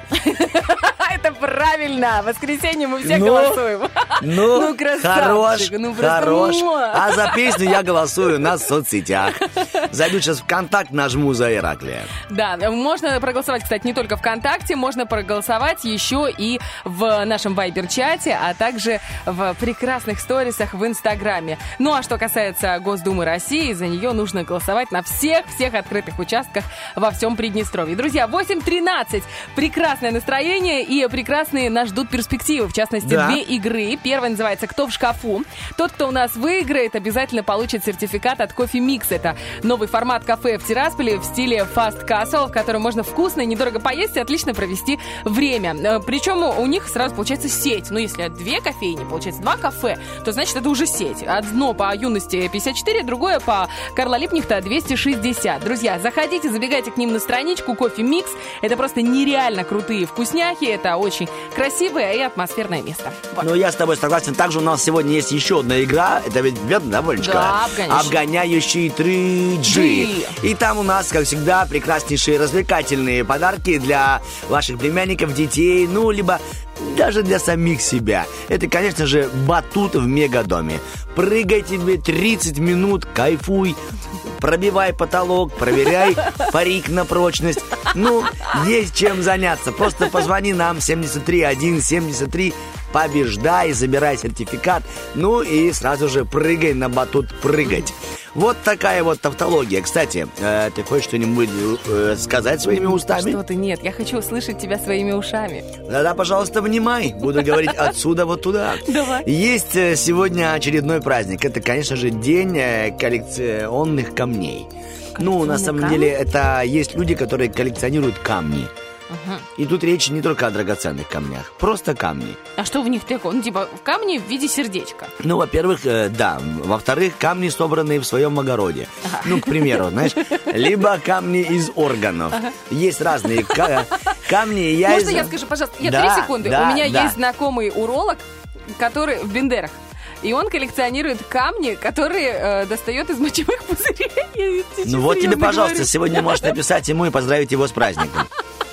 Это правильно. В воскресенье мы все ну, голосуем. Ну, ну хорош, ну, хорош. А за песню я голосую на соцсетях. Зайду сейчас в ВКонтакт, нажму за Ираклия. Да, можно проголосовать, кстати, не только ВКонтакте, можно проголосовать еще и в нашем Вайбер-чате, а также в прекрасных сторисах в Инстаграме. Ну, а что касается Госдумы России, за нее нужно голосовать на всех-всех открытых участках во всем Приднестровье. Друзья, восемь тринадцать. Прекрасное настроение и прекрасные нас ждут перспективы. В частности, да. две игры. Первая называется «Кто в шкафу?». Тот, кто у нас выиграет, обязательно получит сертификат от Кофе Микс. Это новый формат кафе в Тирасполе в стиле Fast Casual, в котором можно вкусно и недорого поесть и отлично провести время. Причем у них сразу получается сеть. Ну, если две кофейни, получается два кафе, то значит это уже сеть. Одно по Юности пятьдесят четыре, другое по Карла Липкнехта двести шестьдесят. Друзья, заходите, забегайте к ним на страничку Кофе Микс. Это просто нереально крутые вкусняхи. Это очень красивое и атмосферное место. Вот. Ну, я с тобой согласен. Также у нас сегодня есть еще одна игра. Это ведь верно, да, Волечка? Да, конечно. Обгоняющий три джи. И там у нас, как всегда, прекраснейшие развлекательные подарки для ваших племянников, детей, ну, либо даже для самих себя. Это, конечно же, батут в мегадоме. Прыгай тебе тридцать минут, кайфуй, пробивай потолок, проверяй парик на прочность. Ну, есть чем заняться. Просто позвони нам семьдесят три сто семьдесят три, побеждай, забирай сертификат. Ну и сразу же прыгай на батут прыгать. Вот такая вот тавтология. Кстати, э, ты хочешь что-нибудь э, сказать своими устами? Что ты, нет, я хочу услышать тебя своими ушами. Да-да, пожалуйста, внимай. Буду говорить отсюда вот туда. Давай. Есть сегодня очередной праздник. Это, конечно же, день коллекционных камней. Ну, на самом камни? деле, это есть люди, которые коллекционируют камни. Угу. И тут речь не только о драгоценных камнях, просто камни. А что в них такое? Ну, типа, камни в виде сердечка. Ну, во-первых, э, да. Во-вторых, камни, собранные в своем огороде. Ага. Ну, к примеру, знаешь, либо камни из органов. Ага. Есть разные камни. Я Можно из... я скажу, пожалуйста? Я да, три секунды. Да, У меня да. есть знакомый уролог, который в Бендерах. И он коллекционирует камни, которые э, достает из мочевых пузырей. Ну вот тебе, пожалуйста, говорю. сегодня можешь написать ему и поздравить его с праздником.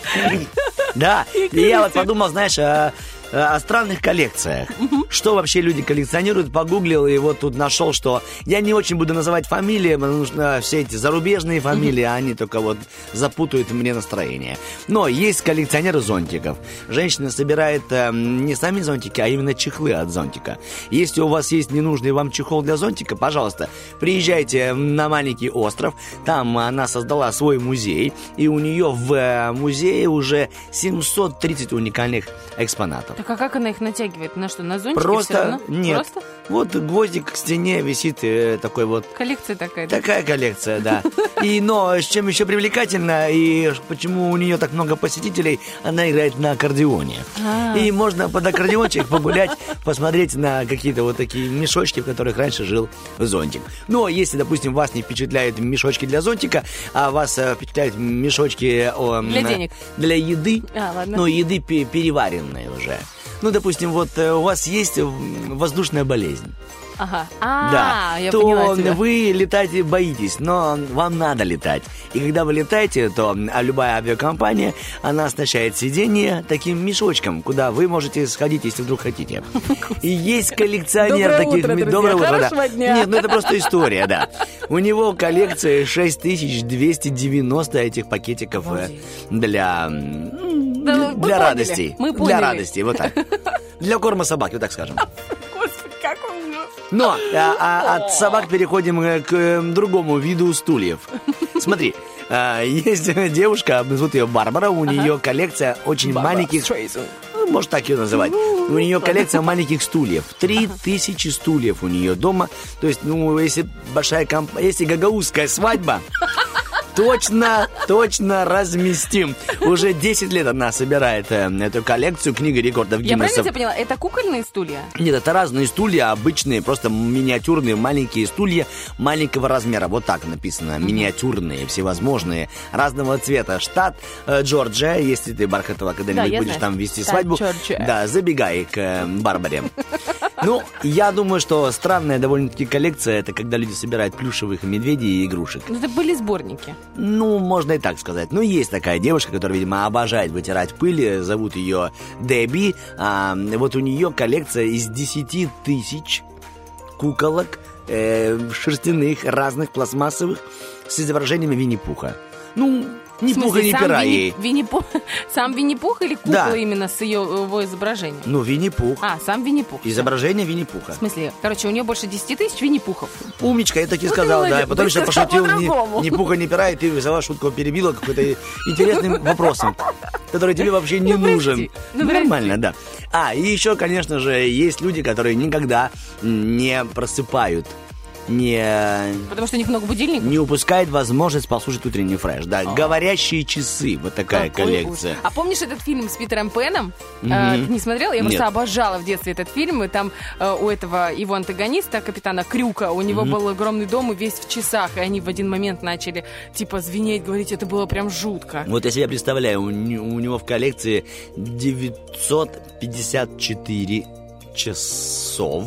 Да, и я вот подумал, знаешь, о, о странных коллекциях. Что вообще люди коллекционируют, погуглил, и вот тут нашел, что я не очень буду называть фамилии, потому что все эти зарубежные фамилии, они только вот запутают мне настроение. Но есть коллекционеры зонтиков. Женщина собирает э, не сами зонтики, а именно чехлы от зонтика. Если у вас есть ненужный вам чехол для зонтика, пожалуйста, приезжайте на маленький остров. Там она создала свой музей, и у нее в музее уже семьсот тридцать уникальных экспонатов. Так а как она их натягивает? На что, на зонтике Просто, все равно? Нет. Просто? Вот гвоздик к стене висит э, такой вот. Коллекция такая, да? Такая коллекция, да. И, но с чем еще привлекательно, и почему у нее так много посетителей, она играет на аккордеоне. А-а-а. И можно под аккордеончик погулять, посмотреть на какие-то вот такие мешочки, в которых раньше жил зонтик. Но если, допустим, вас не впечатляют мешочки для зонтика, а вас впечатляют мешочки о, для денег, для еды, а, ладно. но еды переваренной уже. Ну, допустим, вот у вас есть воздушная болезнь. Ага. А, да, я то поняла тебя. Вы летать боитесь, но вам надо летать. И когда вы летаете, то любая авиакомпания, она оснащает сиденье таким мешочком, куда вы можете сходить, если вдруг хотите. И есть коллекционер Доброе таких... утро, друзья. Доброе утро, Хорошего да. дня. Нет, ну это просто история, да. У него коллекция шесть тысяч двести девяносто этих пакетиков для... Да, для радости. Мы поняли. Для радости, вот так. Для корма собак, вот так скажем. Господи, как он ужас. Но а, а, от собак переходим к, к другому виду стульев. Смотри, А, есть девушка, зовут ее Барбара, у ага. нее коллекция очень Барбара маленьких... Стрейзен. Может так ее называть. У нее коллекция маленьких стульев. Три тысячи стульев у нее дома. То есть, ну, если большая комп... Если гагаузская свадьба... Точно, точно разместим. Уже десять лет она собирает э, эту коллекцию, книга рекордов Гиннесса. Я правильно тебя поняла? Это кукольные стулья? Нет, это разные стулья, обычные, просто миниатюрные, маленькие стулья маленького размера. Вот так написано. Mm-hmm. Миниатюрные, всевозможные, разного цвета. Штат э, Джорджия. Если ты, Бархатова, когда-нибудь да, будешь знаю. Там вести Штат свадьбу, Джорджия. Да, забегай к э, Барбаре. Ну, я думаю, что странная довольно-таки коллекция, это когда люди собирают плюшевых медведей и игрушек. Ну, это были сборники. Ну, можно и так сказать. Ну, есть такая девушка, которая, видимо, обожает вытирать пыль. Зовут ее Дебби. А, вот у нее коллекция из десяти тысяч куколок э, шерстяных, разных, пластмассовых, с изображениями Винни-Пуха. Ну... Ни пуха, ни пера Винни, ей. Винни-Пух, сам Винни-Пух или кукла да. именно с ее его изображением? Ну, Винни-Пух. А, сам Винни-Пух. Изображение Винни-Пуха. В смысле? Короче, у нее больше десяти тысяч Винни-Пухов. Умничка, я так и сказал, да. Потом еще пошутил, ни, ни пуха, ни пера, и ты взяла шутку, перебила какой-то интересным вопросом, который тебе вообще не ну, нужен. Ну, нормально, да. А, и еще, конечно же, есть люди, которые никогда не просыпают. Не... Потому что у них много будильников? Не упускает возможность послушать утренний фреш. Да, а. Говорящие часы. Вот такая Какой коллекция. Ужас. А помнишь этот фильм с Питером Пэном? Mm-hmm. А, ты не смотрел? Я Нет. просто обожала в детстве этот фильм. И там а, у этого его антагониста, капитана Крюка, у него mm-hmm. был огромный дом и весь в часах. И они в один момент начали типа звенеть, говорить, это было прям жутко. Вот я себе представляю, у, у него в коллекции девятьсот пятьдесят четыре часов.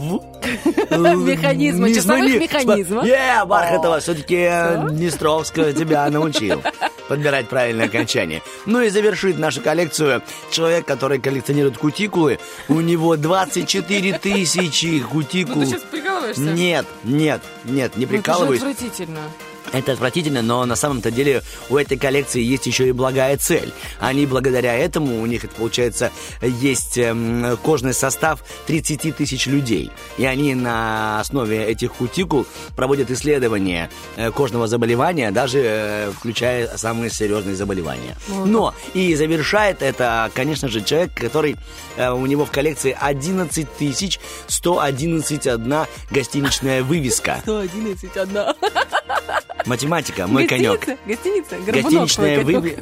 Механизма, часовых механизмов. Е, Бархатова, все-таки Днестровского тебя научил подбирать правильное окончание. Ну и завершит нашу коллекцию человек, который коллекционирует кутикулы. У него двадцать четыре тысячи кутикул. Ну ты сейчас прикалываешься? Нет, нет, нет, не прикалываюсь. Это же отвратительно. Это отвратительно, но на самом-то деле у этой коллекции есть еще и благая цель. Они благодаря этому, у них, это получается, есть э, кожный состав тридцать тысяч людей. И они на основе этих кутикул проводят исследования э, кожного заболевания, даже э, включая самые серьезные заболевания. Mm-hmm. Но и завершает это, конечно же, человек, который э, у него в коллекции одиннадцать тысяч сто одиннадцать одна гостиничная вывеска. сто одиннадцать одна. Математика, мой гостиница, конек. Гостиница, Гостиничная, выви...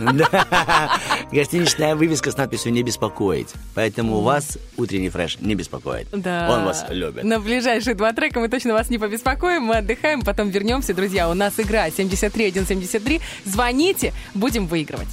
Гостиничная вывеска с надписью «Не беспокоить». Поэтому вас утренний фреш не беспокоит. Да. Он вас любит. На ближайшие два трека мы точно вас не побеспокоим. Мы отдыхаем, потом вернемся. Друзья, у нас игра семьдесят три сто семьдесят три. Звоните, будем выигрывать.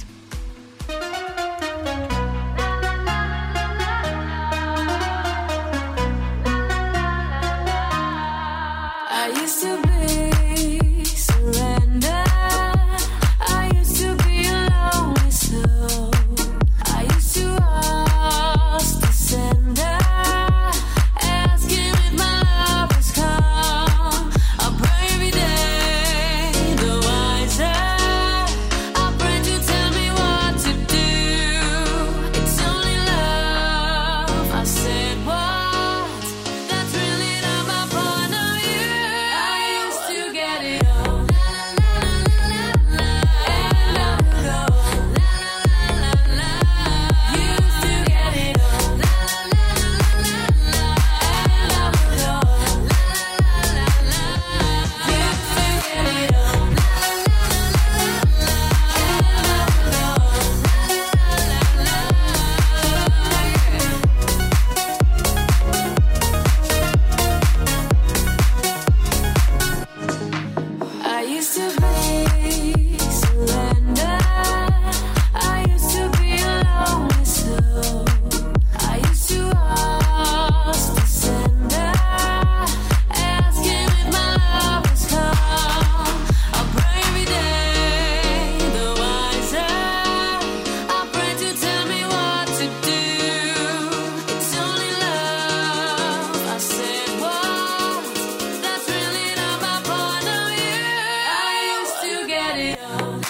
Get it on.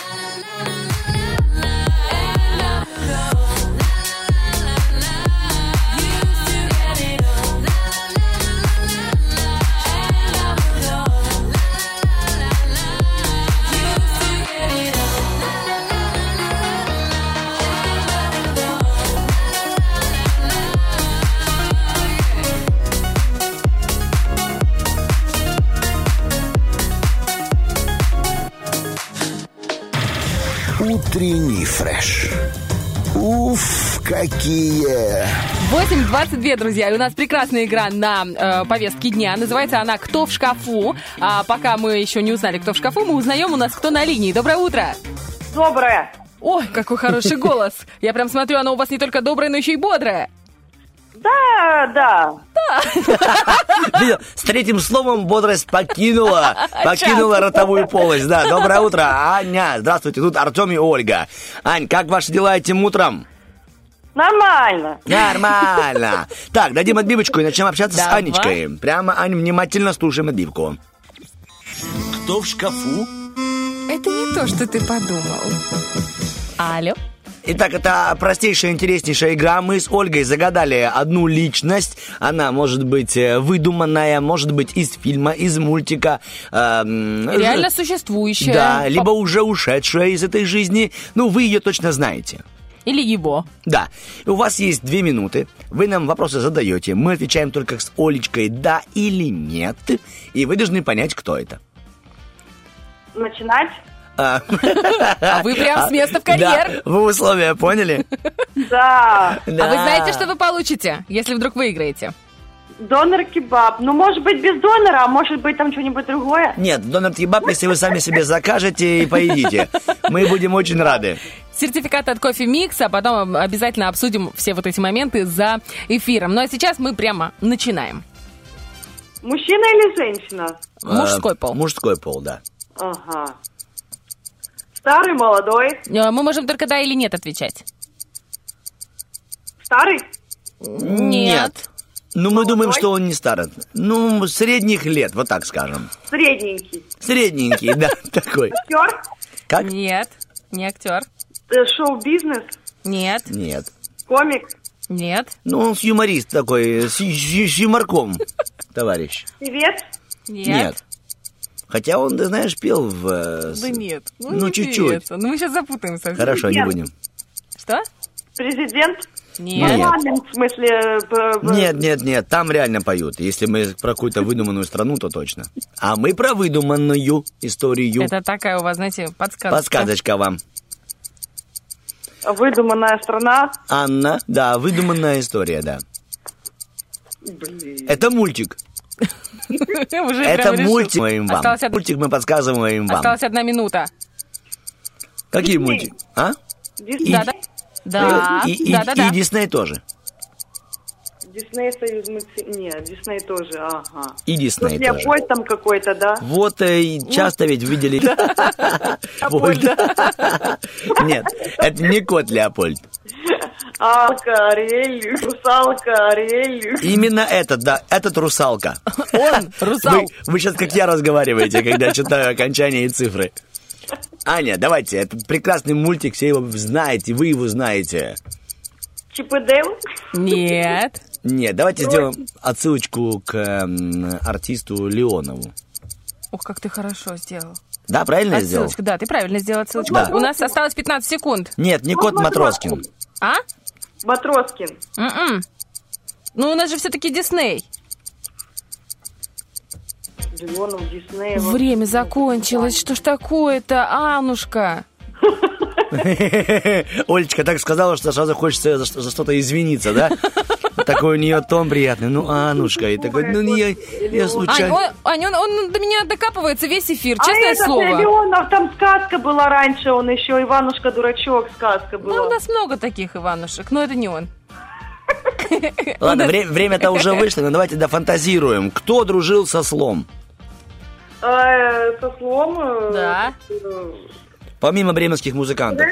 Утренний фреш. Уф, какие! восемь двадцать два, друзья, и у нас прекрасная игра на э, повестке дня. Называется она «Кто в шкафу?». А пока мы еще не узнали, кто в шкафу, мы узнаем у нас, кто на линии. Доброе утро! Доброе! Ой, какой хороший голос! Я прям смотрю, она у вас не только добрая, но еще и бодрая. Да, да. Видел, с третьим словом бодрость покинула, покинула ротовую полость. Да, доброе утро, Аня. Здравствуйте, тут Артем и Ольга. Ань, как ваши дела этим утром? Нормально. Нормально. Так, дадим отбивочку и начнем общаться Давай. с Анечкой. Прямо, Ань, внимательно слушаем отбивку. Кто в шкафу? Это не то, что ты подумал. Алло. Итак, это простейшая, интереснейшая игра. Мы с Ольгой загадали одну личность. Она может быть выдуманная, может быть из фильма, из мультика. Эм, Реально существующая. Да, либо уже ушедшая из этой жизни. Ну, вы ее точно знаете. Или его. Да. У вас есть две минуты. Вы нам вопросы задаете. Мы отвечаем только с Олечкой «да» или «нет». И вы должны понять, кто это. Начинать? А, А вы прям с места в карьер. Да, вы условия поняли? Да. А вы знаете, что вы получите, если вдруг выиграете? Донор-кебаб. Ну, может быть, без донора, а может быть, там что-нибудь другое? Нет, донор-кебаб, если вы сами себе закажете и поедите. Мы будем очень рады. Сертификат от Кофе Микс, а потом обязательно обсудим все вот эти моменты за эфиром. Ну а сейчас мы прямо начинаем. Мужчина или женщина? Мужской пол. Э, Мужской пол, да. Ага. Старый, молодой? Э, Мы можем только да или нет отвечать. Старый? Нет. Ну, мы думаем, что он не старый. Ну, средних лет, вот так скажем. Средненький. Средненький, да, такой. Актер? Как? Нет. Не актер. Э, Шоу-бизнес? Нет. Нет. Комик? Нет. Ну, он юморист такой, с, ю- с юморком, товарищ. Певец? Нет. Хотя он, ты знаешь, пел в... э, с- Да нет. Ну, Ну, не чуть-чуть. певец. Ну мы сейчас запутаем совсем. Хорошо, не Нет. будем. Что? Президент? Нет. Парламент, в смысле... б- б- Нет, нет, нет, там реально поют. Если мы про какую-то выдуманную страну, то точно. А мы про выдуманную историю. Это такая у вас, знаете, подсказка. Подсказочка вам. Выдуманная страна? Анна, да, выдуманная история, да. Блин. Это мультик. Уже Это прям решил. мультик мы вам. Осталась од- Мультик мы подсказываем вам. Осталась одна минута. Какие Дисней. мультики? А? Дисней. Да, да. Да, И, и- да, да, да. и Дисней тоже. Дисней, Союз мультфильм. Нет, Дисней тоже, ага. И Дисней Тут тоже. Леопольд там какой-то, да? Вот э, и часто ведь видели... Леопольд. Нет, это не кот Леопольд. Алка, Ариэль, русалка, Ариэль. Именно этот, да, этот русалка. Он, русал. Вы, вы сейчас как я разговариваете, когда читаю окончания и цифры. Аня, давайте, это прекрасный мультик, все его знаете, вы его знаете. Чип и Дейл? Нет. Нет, давайте сделаем отсылочку к м, артисту Леонову. Ух, как ты хорошо сделал. Да, правильно я сделал? Отсылочку, да, ты правильно сделал отсылочку. Да. У нас осталось пятнадцать секунд. Нет, не кот Матроскин. А? Матроскин. М-м. Ну, у нас же все-таки Дисней. Леонов, Дисней. Время закончилось. Что ж такое-то, Анушка? Олечка так сказала, что сразу хочется за, за что-то извиниться, да? Такой у нее тон приятный. Ну, Анушка. И такой, ну, я, я Ань, случайно... он, Ань, он, он до меня докапывается весь эфир, А честное этот слово. Леонов, там сказка была раньше, он еще Иванушка-дурачок, сказка была. Ну, у нас много таких Иванушек, но это не он. Ладно, вре- время-то уже вышло, но давайте дофантазируем. Кто дружил со слом? Э, со слом... э, Да. э, Помимо бременских музыкантов.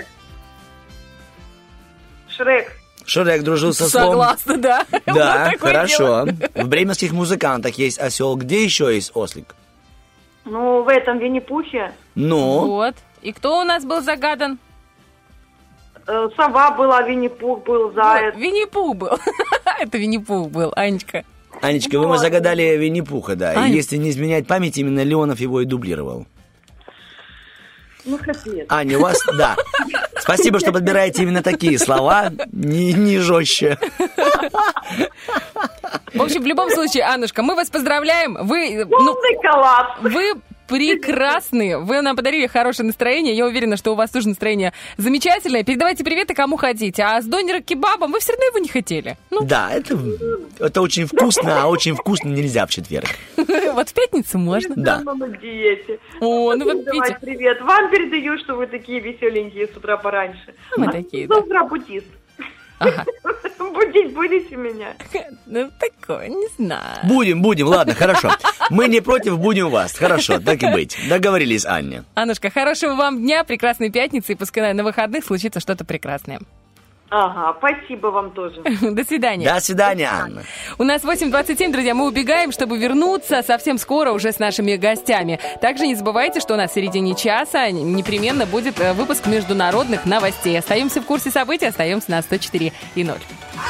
Шрек. Шрек дружил со слом. Согласна, да. Да, Вот такое хорошо. дело. В бременских музыкантах есть осел. Где еще есть ослик? Ну, в этом Винни-Пухе. Ну, Вот. И кто у нас был загадан? Э, сова была, Винни-Пух был, заяц. Вот, Винни-Пух был. Это Винни-Пух был, Анечка. Анечка, вы мы загадали Винни-Пуха, да. И Ань. если не изменять память, именно Леонов его и дублировал. Ну, капец. Аня, у вас, да. Спасибо, что подбираете именно такие слова, не, не жестче. В общем, в любом случае, Аннушка, мы вас поздравляем. Вы, ну, Полный коллапс. вы прекрасны. Вы нам подарили хорошее настроение. Я уверена, что у вас тоже настроение замечательное. Передавайте приветы кому хотите. А с донер-кебабом вы все равно его не хотели. Ну. Да, это, это очень вкусно, а очень вкусно нельзя в четверг. Вот в пятницу можно. Да. На диете. О, ну вот Давай, привет. Вам передаю, что вы такие веселенькие с утра пораньше. Мы а такие, с да. утра будист. Ага. Будить будете меня? Ну, такое, не знаю. Будем, будем, ладно, хорошо. Мы не против, будем вас. Хорошо, так и быть. Договорились, Аня. Аннушка, хорошего вам дня, прекрасной пятницы, и пускай на выходных случится что-то прекрасное. Ага, спасибо вам тоже. До свидания. До свидания, Анна. У нас восемь двадцать семь, друзья, мы убегаем, чтобы вернуться совсем скоро уже с нашими гостями. Также не забывайте, что у нас в середине часа непременно будет выпуск международных новостей. Остаемся в курсе событий, остаемся на сто четыре и ноль.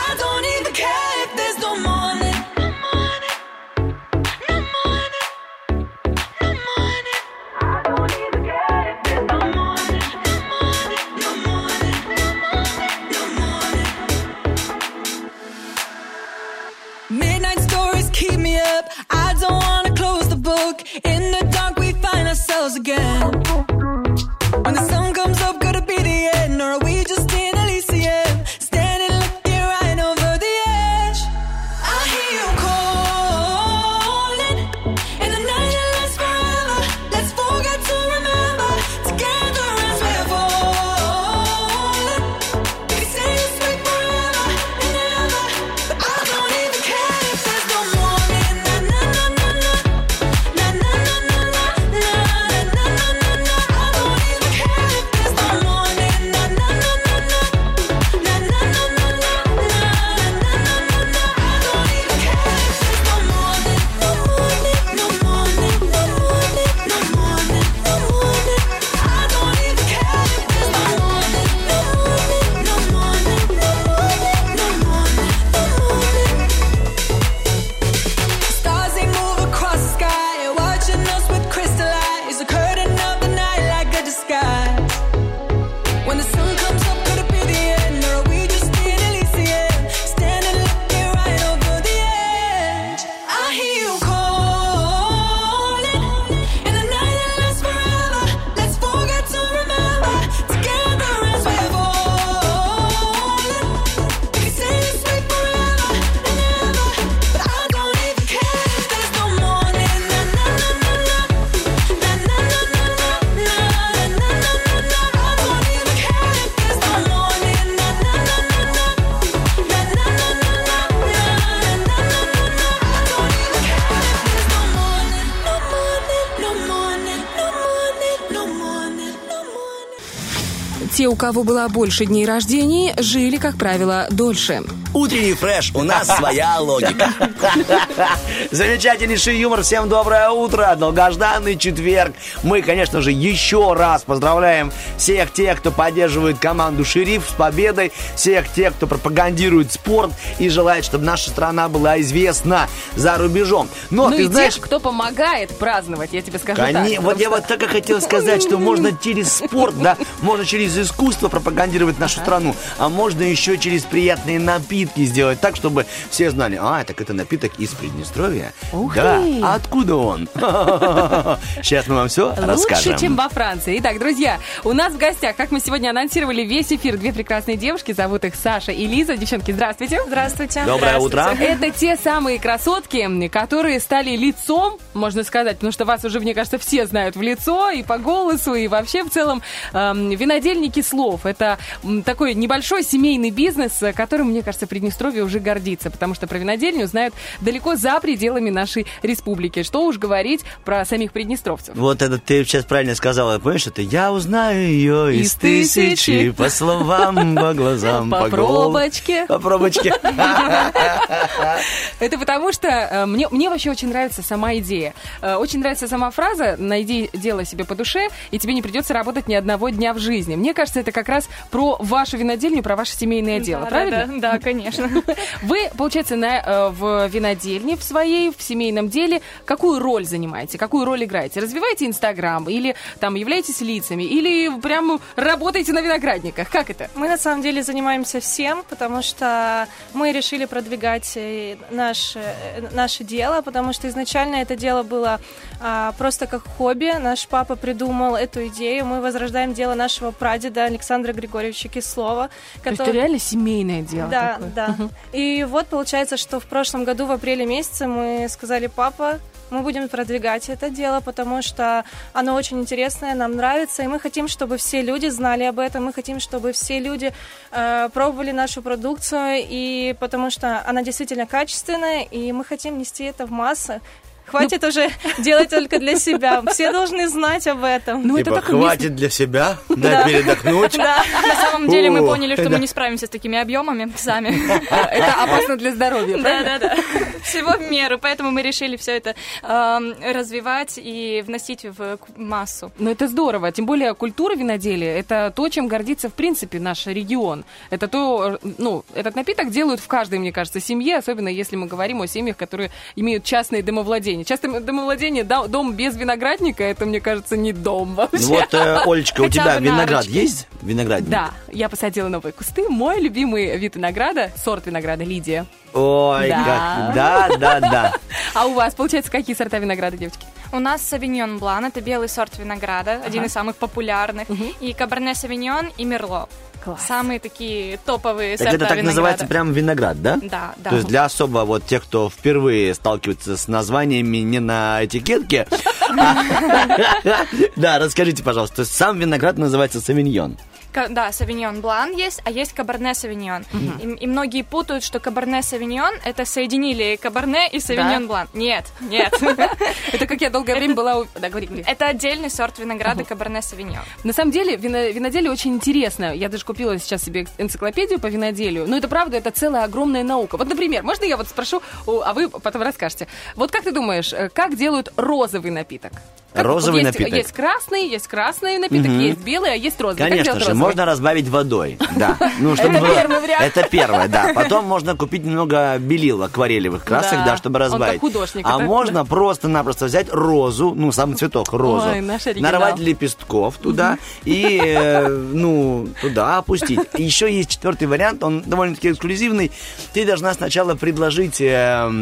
Midnight stories keep me up. I don't wanna close the book. In the dark we find ourselves again. When the sun comes up, could it be the end? Or are we just in Elysium? Standing looking right over the edge. I hear you calling. In the night that lasts forever. Let's forget to remember. Together as we're falling. We can stay this way forever and ever. But I don't even care if there's no morning. Na na na na na. Na na na na na. Na na na na na. I don't even care if there's no morning. Na na na na na. Na na na na na. Na na na na na. I don't even care if there's no morning. No morning. No morning. No morning. No morning. No morning. I don't even care if there's no morning. No morning. No morning. No morning. No morning. No morning. Stars they move across the sky, watching us with crystal eyes. The curtain of the night like a disguise. When the sun comes up, could it be the end? Or are we just in Elysium? Standing looking right over the edge. I hear you calling. In the night that lasts forever. Let's forget to remember. Together as we're falling. We can stay this way forever and ever. But I don't even care if there's no morning. Na na na na na. Na na na na na. Na na na na na. I don't even care if there's no morning. Na na na na na. Na na na na na. Na na na na na. I don't even care if there's no morning. No morning. No morning. No morning. No morning. No morning. Те, у кого было больше дней рождений, жили, как правило, дольше. Утренний фреш, у нас своя логика. Замечательнейший юмор. Всем доброе утро. Долгожданный четверг. Мы, конечно же, еще раз поздравляем всех тех, кто поддерживает команду «Шериф» с победой, всех тех, кто пропагандирует спорт и желает, чтобы наша страна была известна за рубежом. Но, Ну ты и знаешь... тех, кто помогает праздновать, я тебе скажу Кони- так. Вот я вот так и хотел сказать, что можно через спорт, да, можно через искусство пропагандировать нашу страну, а можно еще через приятные напитки сделать так, чтобы все знали, а, так это напиток из Приднестровья. Ух Да, ты. а откуда он? Сейчас мы вам все расскажем. Лучше, чем во Франции. Итак, друзья, у нас в гостях, как мы сегодня анонсировали весь эфир, две прекрасные девушки. Зовут их Саша и Лиза. Девчонки, здравствуйте. Здравствуйте. Доброе утро. Это те самые красотки, которые стали лицом, можно сказать, потому что вас уже, мне кажется, все знают в лицо, и по голосу, и вообще в целом эм, винодельники слов. Это м, такой небольшой семейный бизнес, которым, мне кажется, Приднестровье уже гордится, потому что про винодельню знают далеко за пределами нашей республики. Что уж говорить про самих приднестровцев. Вот это ты сейчас правильно сказала, понимаешь, это я узнаю ее из, Из тысячи. тысячи, по словам, по глазам, По по голосу. пробочке. По пробочке. Это потому что э, мне, мне вообще очень нравится сама идея. Э, очень нравится сама фраза «найди дело себе по душе, и тебе не придется работать ни одного дня в жизни». Мне кажется, это как раз про вашу винодельню, про ваше семейное дело, Да, правильно? Да, да, конечно. конечно. Вы, получается, на, э, в винодельне в своей, в семейном деле, какую роль занимаете, какую роль играете? Развиваете Инстаграм или там являетесь лицами, или прям работаете на виноградниках? Как это? Мы на самом деле занимаемся всем, потому что мы решили продвигать наше, наше дело, потому что изначально это дело было а, просто как хобби. Наш папа придумал эту идею. Мы возрождаем дело нашего прадеда Александра Григорьевича Кислова. Который... То есть это реально семейное дело. Да, такое. да. Угу. И вот получается, что в прошлом году, в апреле месяце, мы сказали: папа, мы будем продвигать это дело, потому что оно очень интересное, нам нравится, и мы хотим, чтобы все люди знали об этом, мы хотим, чтобы все люди э, пробовали нашу продукцию, и потому что она действительно качественная, и мы хотим нести это в массы. Хватит ну, уже делать только для себя. Все должны знать об этом. Ну, типа, это хватит место... для себя, да, передохнуть. Да. На самом деле мы поняли, что мы не справимся с такими объемами сами. Это опасно для здоровья, правильно? Да, да, да. Всего в меру. Поэтому мы решили все это развивать и вносить в массу. Ну, это здорово. Тем более культура виноделия — это то, чем гордится, в принципе, наш регион. Это то, ну, этот напиток делают в каждой, мне кажется, семье, особенно если мы говорим о семьях, которые имеют частные домовладения. Часто домовладение, дом без виноградника, это, мне кажется, не дом вообще. Вот, э, Олечка, у тебя виноград есть? Виноградник? Да, я посадила новые кусты. Мой любимый вид винограда, сорт винограда Лидия. Ой, да. как, да, да, да. А у вас, получается, какие сорта винограда, девочки? У нас Савиньон Блан, это белый сорт винограда, ага. один из самых популярных, угу. и Каберне Савиньон и Мерло. Класс. Самые такие топовые так сорта это так винограда. Называется прям виноград, да? Да, да. То есть для особо вот тех, кто впервые сталкивается с названиями не на этикетке. Да, расскажите, пожалуйста, то есть сам виноград называется Савиньон. Да, Савиньон Блан есть, а есть Каберне Савиньон. Uh-huh. И, и многие путают, что Каберне Савиньон — это соединили Каберне и Савиньон Блан. Нет, нет. Это как я долгое время была... Да, говори, говори. Это отдельный сорт винограда Каберне Савиньон. На самом деле виноделие очень интересно. Я даже купила сейчас себе энциклопедию по виноделию. Но это правда, это целая огромная наука. Вот, например, можно я вот спрошу, а вы потом расскажете. Вот как ты думаешь, как делают розовый напиток? Как, розовый вот есть, напиток. Есть красный, есть красный напиток, угу. есть белый, а есть розовый. Конечно же, можно разбавить водой. Да. Ну, чтобы это было... первый вариант. Это первое, да. Потом можно купить немного белил акварелевых красок, да, да чтобы разбавить. Он как художник. А это... можно просто-напросто взять розу, ну, сам цветок, розу, Ой, нарвать лепестков туда и, э, ну, туда опустить. Еще есть четвертый вариант, он довольно-таки эксклюзивный. Ты должна сначала предложить э,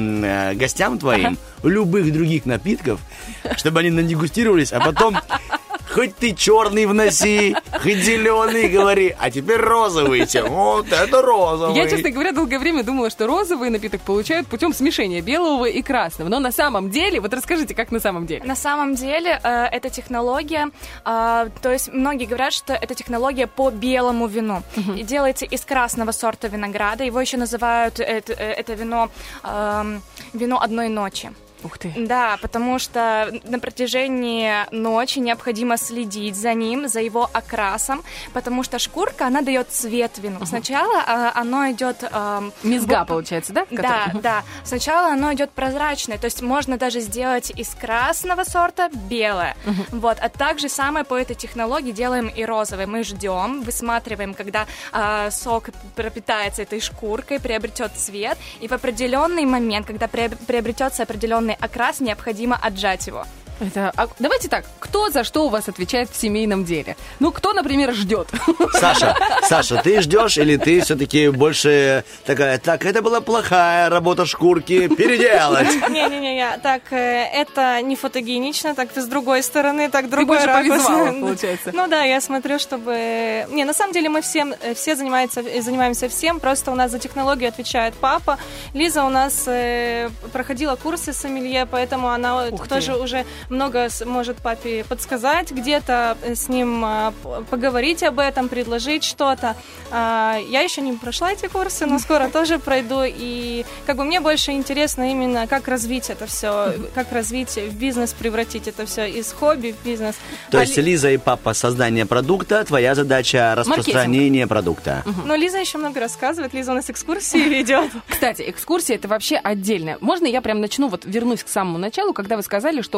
э, гостям твоим любых других напитков, чтобы они надегустировались, а потом хоть ты черный вноси, хоть зеленый говори, а теперь розовый. Вот это розовый. Я, честно говоря, долгое время думала, что розовый напиток получают путем смешения белого и красного. Но на самом деле, вот расскажите, как на самом деле? На самом деле, э, эта технология, э, то есть многие говорят, что это технология по белому вину. Uh-huh. И делается из красного сорта винограда. Его еще называют это, это вино э, вино одной ночи. Ух ты. Да, потому что на протяжении ночи необходимо следить за ним, за его окрасом, потому что шкурка, она дает цвет вину. Uh-huh. Сначала а, оно идет... А, Мезга, в... получается, да? Да, uh-huh. да. Сначала оно идет прозрачное, то есть можно даже сделать из красного сорта белое. Uh-huh. Вот, а также самое по этой технологии делаем и розовое. Мы ждем, высматриваем, когда а, сок пропитается этой шкуркой, приобретет цвет, и в определенный момент, когда приобретется определенный окрас, необходимо отжать его. Это, а, давайте так, кто за что у вас отвечает в семейном деле? Ну, кто, например, ждет? Саша, Саша, ты ждешь или ты все-таки больше такая, так, это была плохая работа шкурки, переделать? Не-не-не, так, это не фотогенично, так, с другой стороны, так, другой ты ракурс. Больше повизуала, получается. Ну да, я смотрю, чтобы... Не, на самом деле мы всем, все занимаются, занимаемся всем, просто у нас за технологию отвечает папа. Лиза у нас э, проходила курсы сомелье, поэтому она Ух тоже ты. уже... много может папе подсказать, где-то с ним а, поговорить об этом, предложить что-то. А, я еще не прошла эти курсы, но скоро тоже пройду. И как бы мне больше интересно именно, как развить это все, как развить в бизнес, превратить это все из хобби в бизнес. То а есть Ли... Лиза и папа создание продукта, твоя задача распространение Маркетинг. продукта. Угу. Но Лиза еще много рассказывает, Лиза у нас экскурсии ведет. Кстати, экскурсия это вообще отдельно. Можно я прям начну, вот вернусь к самому началу, когда вы сказали, что год назад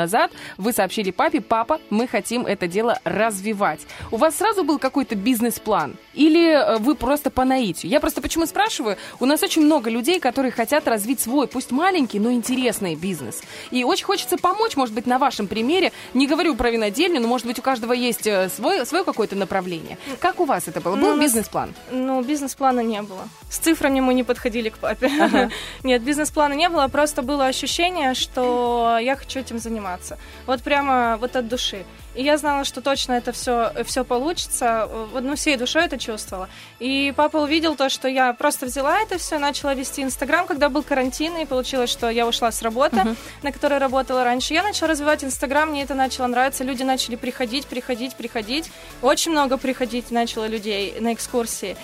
назад вы сообщили папе: папа, мы хотим это дело развивать. У вас сразу был какой-то бизнес-план? Или вы просто по наитию? Я просто почему спрашиваю? У нас очень много людей, которые хотят развить свой, пусть маленький, но интересный бизнес. И очень хочется помочь, может быть, на вашем примере. Не говорю про винодельню, но, может быть, у каждого есть свой, свое какое-то направление. Как у вас это было? Был ну, бизнес-план? Ну, бизнес-плана не было. С цифрами мы не подходили к папе. Ага. Нет, бизнес-плана не было, просто было ощущение, что я хочу этим заниматься. Вот прямо вот от души. И я знала, что точно это все, все получится. Вот, ну, всей душой это чувствовала. И папа увидел то, что я просто взяла это все, начала вести Инстаграм, когда был карантин, и получилось, что я ушла с работы, uh-huh. на которой работала раньше. Я начала развивать Инстаграм, мне это начало нравиться. Люди начали приходить, приходить, приходить. Очень много приходить начало людей на экскурсии.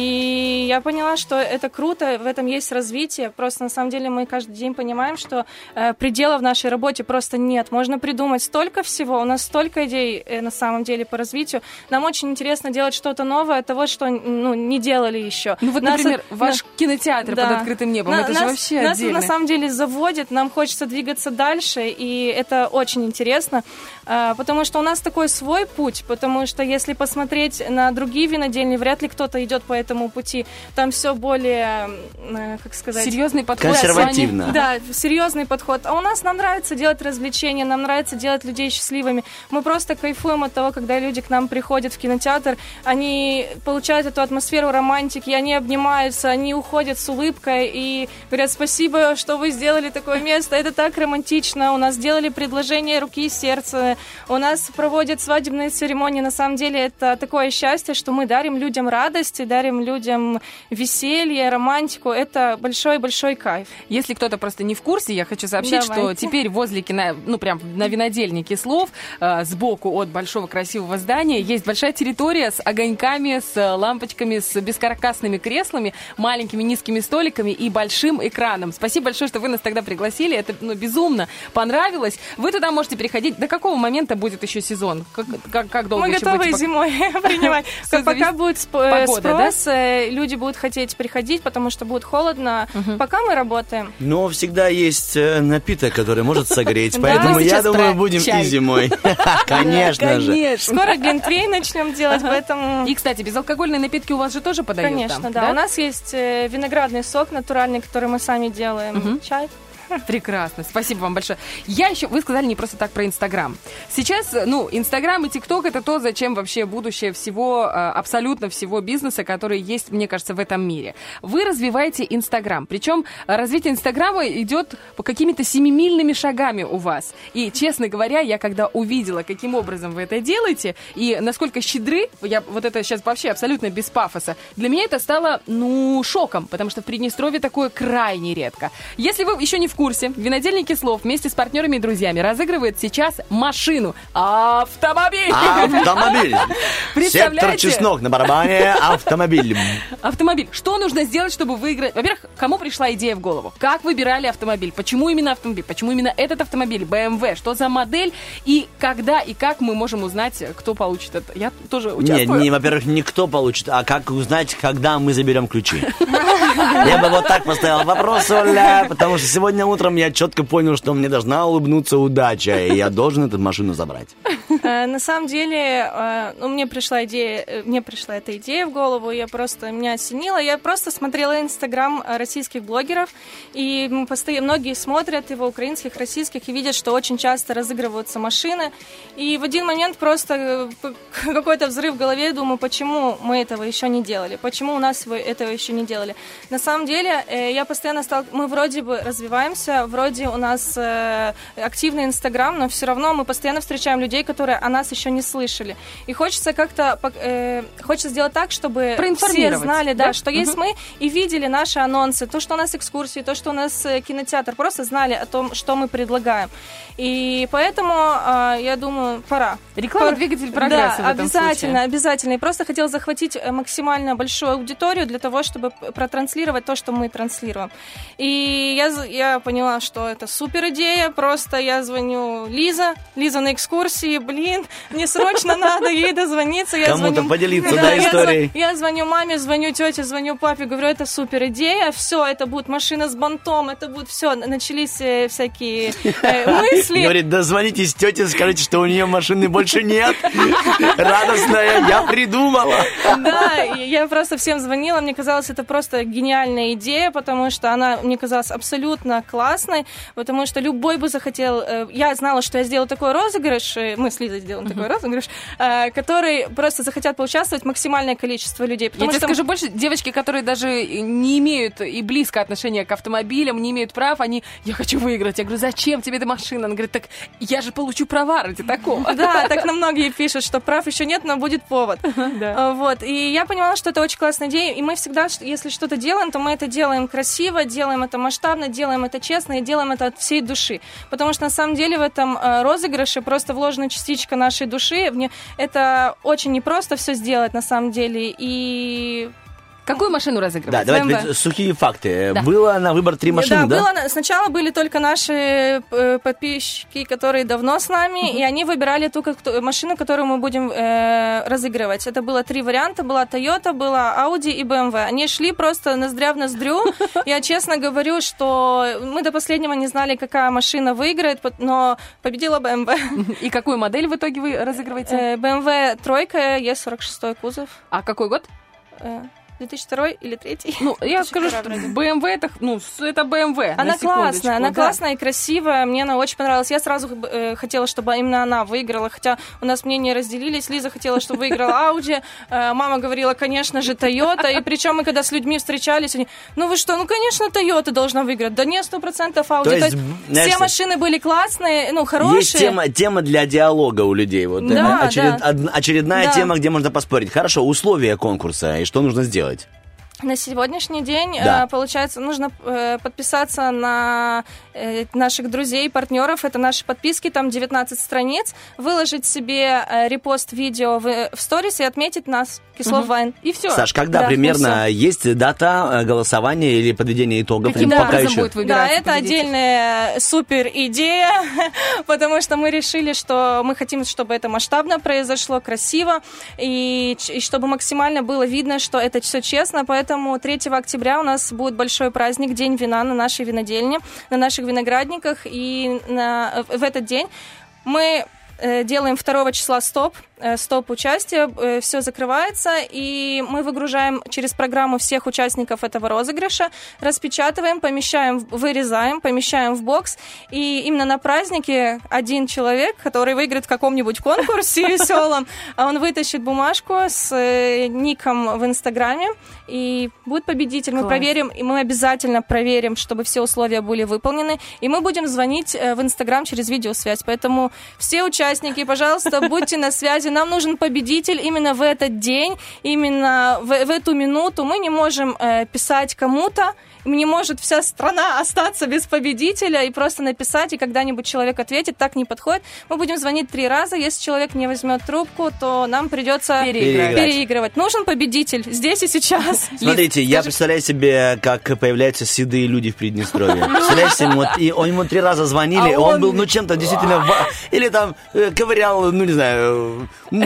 И я поняла, что это круто, в этом есть развитие. Просто на самом деле мы каждый день понимаем, что э, предела в нашей работе просто нет. Можно придумать столько всего, у нас столько идей э, на самом деле по развитию. Нам очень интересно делать что-то новое, того, что ну, не делали еще. Ну вот, нас, например, на, ваш кинотеатр да. под открытым небом, на, это нас, же вообще нас отдельно. Нас на самом деле заводит, нам хочется двигаться дальше, и это очень интересно, э, потому что у нас такой свой путь, потому что если посмотреть на другие винодельни, вряд ли кто-то идет по этому пути. Там все более, как сказать... Серьезный подход. Консервативно. Да, серьезный подход. А у нас нам нравится делать развлечения, нам нравится делать людей счастливыми. Мы просто кайфуем от того, когда люди к нам приходят в кинотеатр, они получают эту атмосферу романтики, они обнимаются, они уходят с улыбкой и говорят: спасибо, что вы сделали такое место, это так романтично. У нас делали предложение руки и сердца, у нас проводят свадебные церемонии. На самом деле это такое счастье, что мы дарим людям радость и дарим людям веселье, романтику. Это большой-большой кайф. Если кто-то просто не в курсе, я хочу сообщить, Давайте. что теперь возле кино, ну прям на винодельне Кислов, э, сбоку от большого красивого здания, есть большая территория с огоньками, с лампочками, с бескаркасными креслами, маленькими низкими столиками и большим экраном. Спасибо большое, что вы нас тогда пригласили. Это ну, безумно понравилось. Вы туда можете переходить. До какого момента будет еще сезон? Как, как, как долго Мы еще готовы будете... зимой принимать. Пока будет спрос, люди будут хотеть приходить, потому что будет холодно. Угу. Пока мы работаем. Но всегда есть напиток, который может согреть. Поэтому, я думаю, будем и зимой. Конечно же. Скоро глинтвейн начнем делать, поэтому... И, кстати, безалкогольные напитки у вас же тоже подают? Конечно, да. У нас есть виноградный сок натуральный, который мы сами делаем. Чай. Прекрасно, спасибо вам большое. Я еще, вы сказали не просто так про Инстаграм. Сейчас, ну, Инстаграм и ТикТок — это то, зачем вообще будущее всего, абсолютно всего бизнеса, который есть, мне кажется, в этом мире. Вы развиваете Инстаграм, причем развитие Инстаграма идет по какими-то семимильными шагами у вас. И, честно говоря, я когда увидела, каким образом вы это делаете, и насколько щедры, я вот это сейчас вообще абсолютно без пафоса, для меня это стало, ну, шоком, потому что в Приднестровье такое крайне редко. Если вы еще не в курсе, винодельня Кислов вместе с партнерами и друзьями разыгрывает сейчас машину. Автомобиль! Автомобиль! Сектор чеснок на барабане. Автомобиль. Автомобиль. Что нужно сделать, чтобы выиграть? Во-первых, кому пришла идея в голову? Как выбирали автомобиль? Почему именно автомобиль? Почему именно этот автомобиль? бэ эм вэ? Что за модель? И когда и как мы можем узнать, кто получит это? Я тоже участвую. Не, не, во-первых, не кто получит, а как узнать, когда мы заберем ключи. Я бы вот так поставил вопрос, Оля, потому что сегодня утром я четко понял, что мне должна улыбнуться удача, и я должен эту машину забрать. На самом деле, ну, мне пришла идея, мне пришла эта идея в голову, я просто, меня осенило, я просто смотрела Инстаграм российских блогеров, и постоянно, многие смотрят его, украинских, российских, и видят, что очень часто разыгрываются машины, и в один момент просто какой-то взрыв в голове, думаю, почему мы этого еще не делали, почему у нас этого еще не делали. На самом деле, я постоянно стал, мы вроде бы развиваемся, вроде у нас э, активный Инстаграм, но все равно мы постоянно встречаем людей, которые о нас еще не слышали. И хочется как-то, э, хочется сделать так, чтобы все знали, да, да? что угу. есть мы, и видели наши анонсы, то, что у нас экскурсии, то, что у нас кинотеатр, просто знали о том, что мы предлагаем. И поэтому, э, я думаю, пора. Реклама Пор... двигатель прогресса да, в этом обязательно, случае. обязательно. И просто хотела захватить максимально большую аудиторию для того, чтобы протранслировать то, что мы транслируем. И я, я поняла, что это супер идея, просто я звоню Лиза, Лиза на экскурсии, блин, мне срочно надо ей дозвониться. Я Кому-то звоню... поделиться, да, да, я историей. зв... Я звоню маме, звоню тете, звоню папе, говорю, это супер идея, все, это будет машина с бантом, это будет все. Начались э, всякие э, мысли. Говорит, дозвонитесь тете, скажите, что у нее машины больше нет. Радостная, я придумала. Да, я просто всем звонила, мне казалось, это просто гениальная идея, потому что она, мне казалась, абсолютно классной, потому что любой бы захотел... Я знала, что я сделаю такой розыгрыш, мы с Лизой сделаем uh-huh. такой розыгрыш, который просто захотят поучаствовать максимальное количество людей. Я тебе что... скажу больше, девочки, которые даже не имеют и близко отношения к автомобилям, не имеют прав, они, я хочу выиграть. Я говорю, зачем тебе эта машина? Она говорит, так я же получу права ради такого. Да, так на многие пишут, что прав еще нет, но будет повод. Вот. И я понимала, что это очень классная идея, и мы всегда, если что-то делаем, то мы это делаем красиво, делаем это масштабно, делаем это честно и делаем это от всей души. Потому что на самом деле в этом розыгрыше просто вложена частичка нашей души. Это очень непросто все сделать на самом деле. И... Какую машину разыгрывать? Да, давайте сухие факты. Да. Было на выбор три машины, да? Да, было, сначала были только наши подписчики, которые давно с нами, uh-huh. и они выбирали ту машину, которую мы будем э, разыгрывать. Это было три варианта. Была Toyota, была Audi и бэ эм вэ. Они шли просто ноздря в ноздрю. Я честно говорю, что мы до последнего не знали, какая машина выиграет, но победила бэ эм вэ. И какую модель в итоге вы разыгрываете? бэ эм вэ тройка, е сорок шестой кузов. А какой год? две тысячи второй или третий. Ну, я скажу, что бэ эм вэ это, ну, это бэ эм вэ. Она классная, она да. классная и красивая. Мне она очень понравилась. Я сразу э, хотела, чтобы именно она выиграла, хотя у нас мнения разделились. Лиза хотела, чтобы выиграла Audi. Э, мама говорила, конечно же, Toyota. И причем мы, когда с людьми встречались, они, ну вы что, ну, конечно, Toyota должна выиграть. Да нет, сто процентов Audi. То есть, То есть знаешь, все машины были классные, ну, хорошие. Есть тема, тема для диалога у людей. Вот, да, очеред, да. од, очередная да. тема, где можно поспорить. Хорошо, условия конкурса и что нужно сделать? На сегодняшний день, да. получается, нужно подписаться на наших друзей, партнеров. Это наши подписки, там девятнадцать страниц. Выложить себе репост видео в, в сторис и отметить нас, Кислов Вайн. Угу. И все. Саш, когда да, примерно есть дата голосования или подведения итогов? Каким пока образом еще... будет выбираться Да, это победитель? отдельная супер идея, потому что мы решили, что мы хотим, чтобы это масштабно произошло, красиво, и, и чтобы максимально было видно, что это все честно. Поэтому третьего октября у нас будет большой праздник, День вина на нашей винодельне, на наших виноградниках. И на, в этот день мы делаем второго числа стоп, стоп участия, все закрывается, и мы выгружаем через программу всех участников этого розыгрыша, распечатываем, помещаем, вырезаем, помещаем в бокс, и именно на празднике один человек, который выиграет в каком-нибудь конкурсе веселом, он вытащит бумажку с ником в Инстаграме, и будет победитель. Мы проверим, и мы обязательно проверим, чтобы все условия были выполнены, и мы будем звонить в Инстаграм через видеосвязь, поэтому все участники, пожалуйста, будьте на связи. Нам нужен победитель именно в этот день, именно в, в эту минуту. Мы не можем э, писать кому-то, не может вся страна остаться без победителя и просто написать, и когда-нибудь человек ответит, так не подходит. Мы будем звонить три раза. Если человек не возьмет трубку, то нам придется переигрывать. переигрывать. Нужен победитель здесь и сейчас. Смотрите, я представляю себе, как появляются седые люди в Приднестровье. Представляете себе, вот, и он ему три раза звонили, а он... он был, ну, чем-то действительно... Или там э, ковырял, ну, не знаю...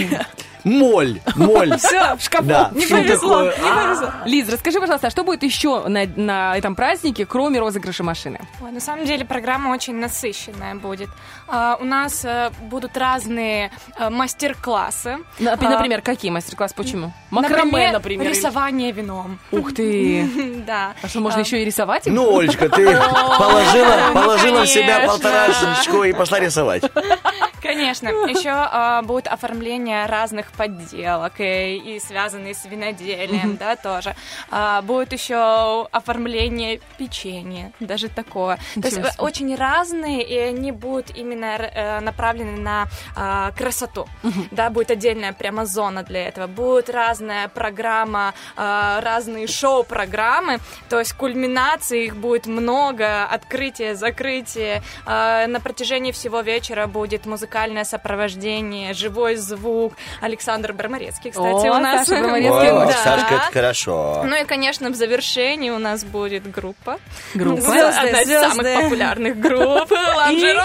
Моль, моль. Все, в шкафу. Да. Не повезло, не повезло. Лиз, расскажи, пожалуйста, а что будет еще на, на этом празднике, кроме розыгрыша машины? Ой, на самом деле программа очень насыщенная будет. А, у нас а, будут разные а, мастер-классы. Например, а, какие мастер-классы? Почему? Макраме, например. Рисование вином. Ух ты. Да. А что, можно еще и рисовать? Ну, Олечка, ты положила, положила в себя полторашечку и пошла рисовать. Конечно. Еще а, будет оформление разных подделок и, и связанные с виноделием, mm-hmm. да, тоже. А, будет еще оформление печенья, даже такое. Интересно. То есть очень разные, и они будут именно э, направлены на э, красоту. Mm-hmm. Да, будет отдельная прямо зона для этого. Будет разная программа, э, разные шоу-программы, то есть кульминации их будет много, открытие, закрытие. Э, на протяжении всего вечера будет музыкальная музыкальное сопровождение, живой звук. Александр Бармарецкий, кстати, О, у нас. Саша Бармарецкий, О, да. Сашка, это хорошо. Ну и, конечно, в завершении у нас будет группа. Группа. Звезды, Одна из звезды. самых популярных групп. Лонжерон!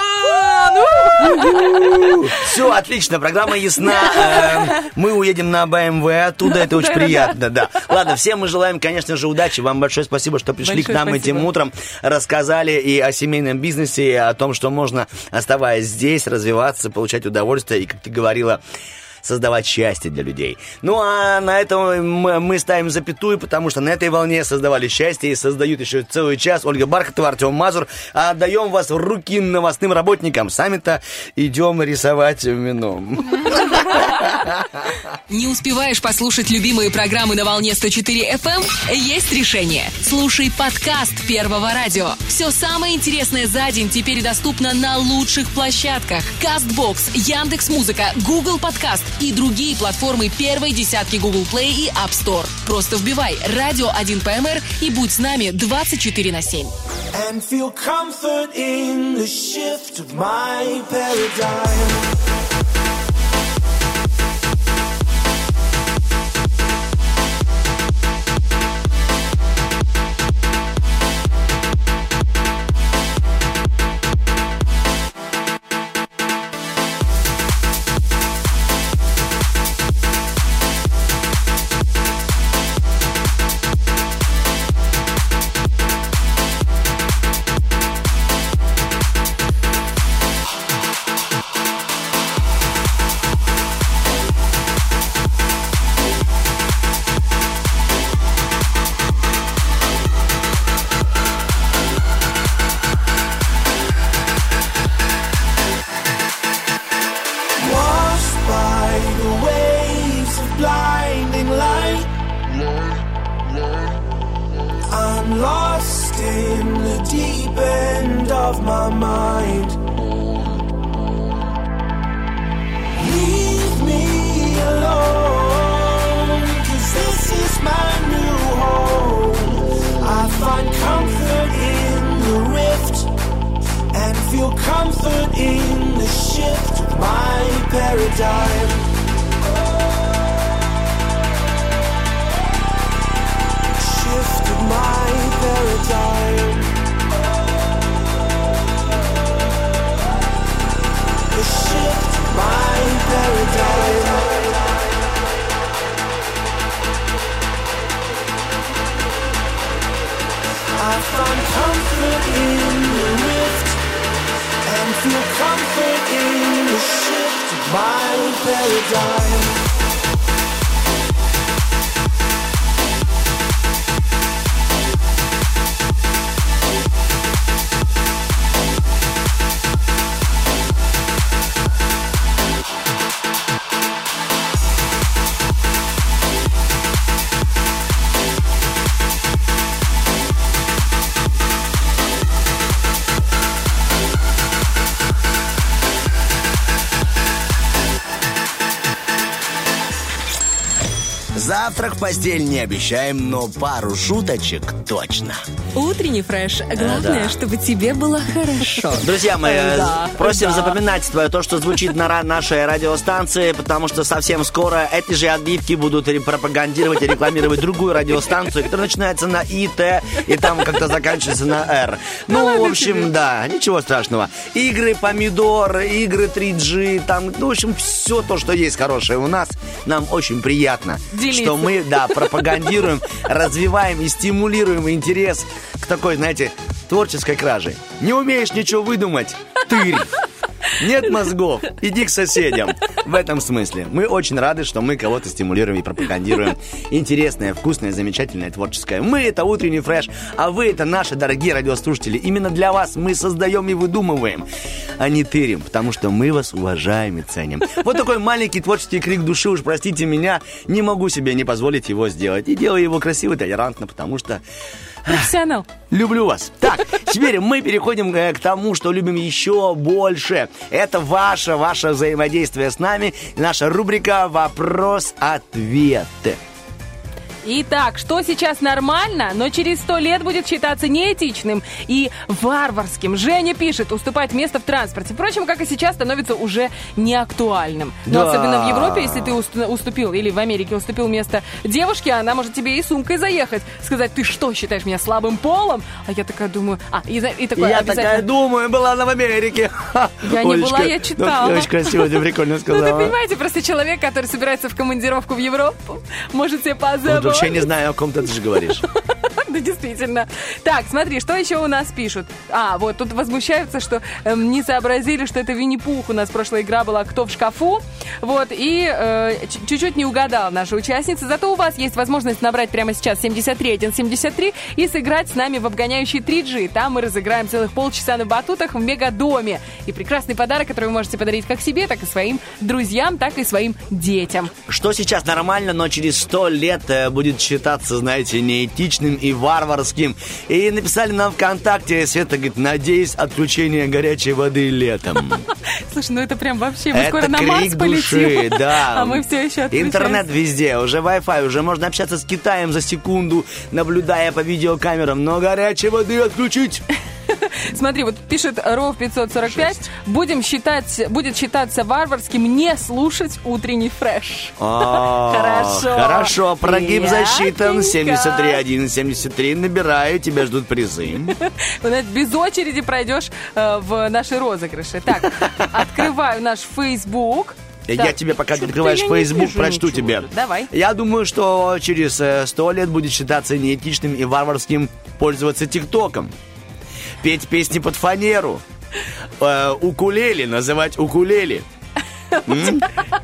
Все, отлично, программа ясна. Э, Мы уедем на бэ эм вэ, оттуда это очень приятно, да. Ладно, всем мы желаем, конечно же, удачи. Вам большое спасибо, что пришли к Большое нам спасибо. этим утром, рассказали и о семейном бизнесе, и о том, что можно, оставаясь здесь, развиваться, получать удовольствие и, как ты говорила, создавать счастье для людей. Ну, а на этом мы, мы ставим запятую, потому что на этой волне создавали счастье и создают еще целый час. Ольга Бархатова, Артем Мазур. А отдаем вас в руки новостным работникам. Сами-то идем рисовать вином. Не успеваешь послушать любимые программы на волне сто четыре эф эм? Есть решение. Слушай подкаст Первого радио. Все самое интересное за день теперь доступно на лучших площадках. Castbox, Яндекс.Музыка, Google Подкаст и другие платформы первой десятки Google Play и App Store. Просто вбивай «Радио один пэ эм эр» и будь с нами двадцать четыре на семь. And feel comfort in the shift of my paradigm. Завтрак в постель не обещаем, но пару шуточек точно. Утренний фреш. Главное, да. чтобы тебе было хорошо. Друзья мои, Да, просим да. запоминать то, что звучит на ра- нашей радиостанции, потому что совсем скоро эти же отбивки будут ре- пропагандировать и рекламировать другую радиостанцию, которая начинается на И, Т, и там как-то заканчивается на Р. Ну, в общем, да, ничего страшного. Игры Помидор, игры три джи, там, ну, в общем, все то, что есть хорошее у нас, нам очень приятно, Делиться. что мы, да, пропагандируем, развиваем и стимулируем интерес к такой, знаете, творческой краже. Не умеешь ничего выдумать? Тырь. Нет мозгов? Иди к соседям. В этом смысле. Мы очень рады, что мы кого-то стимулируем и пропагандируем интересное, вкусное, замечательное, творческое. Мы — это утренний фреш, а вы — это наши дорогие радиослушатели. Именно для вас мы создаем и выдумываем, а не тырим, потому что мы вас уважаем и ценим. Вот такой маленький творческий крик души, уж простите меня, не могу себе не позволить его сделать. И делаю его красиво и толерантно, потому что... Профессионал. Люблю вас. Так, теперь мы переходим к тому, что любим еще больше. Это ваше, ваше взаимодействие с нами. Наша рубрика «Вопрос-ответ». Итак, что сейчас нормально, но через сто лет будет считаться неэтичным и варварским. Женя пишет, уступать место в транспорте. Впрочем, как и сейчас, становится уже неактуальным. Но Да. особенно в Европе, если ты уст- уступил, или в Америке уступил место девушке, она может тебе и сумкой заехать. Сказать, ты что, считаешь меня слабым полом? А я такая думаю... А, и, за- и такое Я обязательно... такая думаю, была она в Америке. Я не была, я читала. Ну, очень красиво, ты прикольно Ну, сказала. ты понимаете, просто человек, который собирается в командировку в Европу, может себе позволить. Вот вообще не знаю, о ком ты же говоришь. Да, действительно. Так, смотри, что еще у нас пишут? А, вот тут возмущаются, что эм, не сообразили, что это Винни-Пух. У нас прошлая игра была «Кто в шкафу?». Вот, и э, ч- чуть-чуть не угадала наша участница. Зато у вас есть возможность набрать прямо сейчас семьдесят три сто семьдесят три и сыграть с нами в обгоняющий три джи. Там мы разыграем целых полчаса на батутах в Мегадоме. И прекрасный подарок, который вы можете подарить как себе, так и своим друзьям, так и своим детям. Что сейчас нормально, но через сто лет э, будет считаться, знаете, неэтичным и варварским. И написали нам ВКонтакте, Света говорит, надеюсь, отключение горячей воды летом. Слушай, ну это прям вообще, мы Это скоро на крик Марс души, полетим. да. А мы все еще отключаемся. Интернет везде, уже Wi-Fi, уже можно общаться с Китаем за секунду, наблюдая по видеокамерам, но горячей воды отключить. Смотри, вот пишет Ров пятьсот сорок пять, будем считать, будет считаться варварским не слушать утренний фреш. А, Хорошо. Хорошо, прогиб засчитан. Приятненько. семьдесят три один семьдесят три. Набираю, тебя ждут призы. Вот без очереди пройдешь э, в наши розыгрыши. Так, открываю наш Facebook. Я Так, тебе, пока ты что-то открываешь я не Facebook, вижу прочту ничего тебе. тут. Давай. Я думаю, что через э, сто лет будет считаться неэтичным и варварским пользоваться ТикТоком. Петь песни под фанеру. Э, укулеле называть укулеле. М?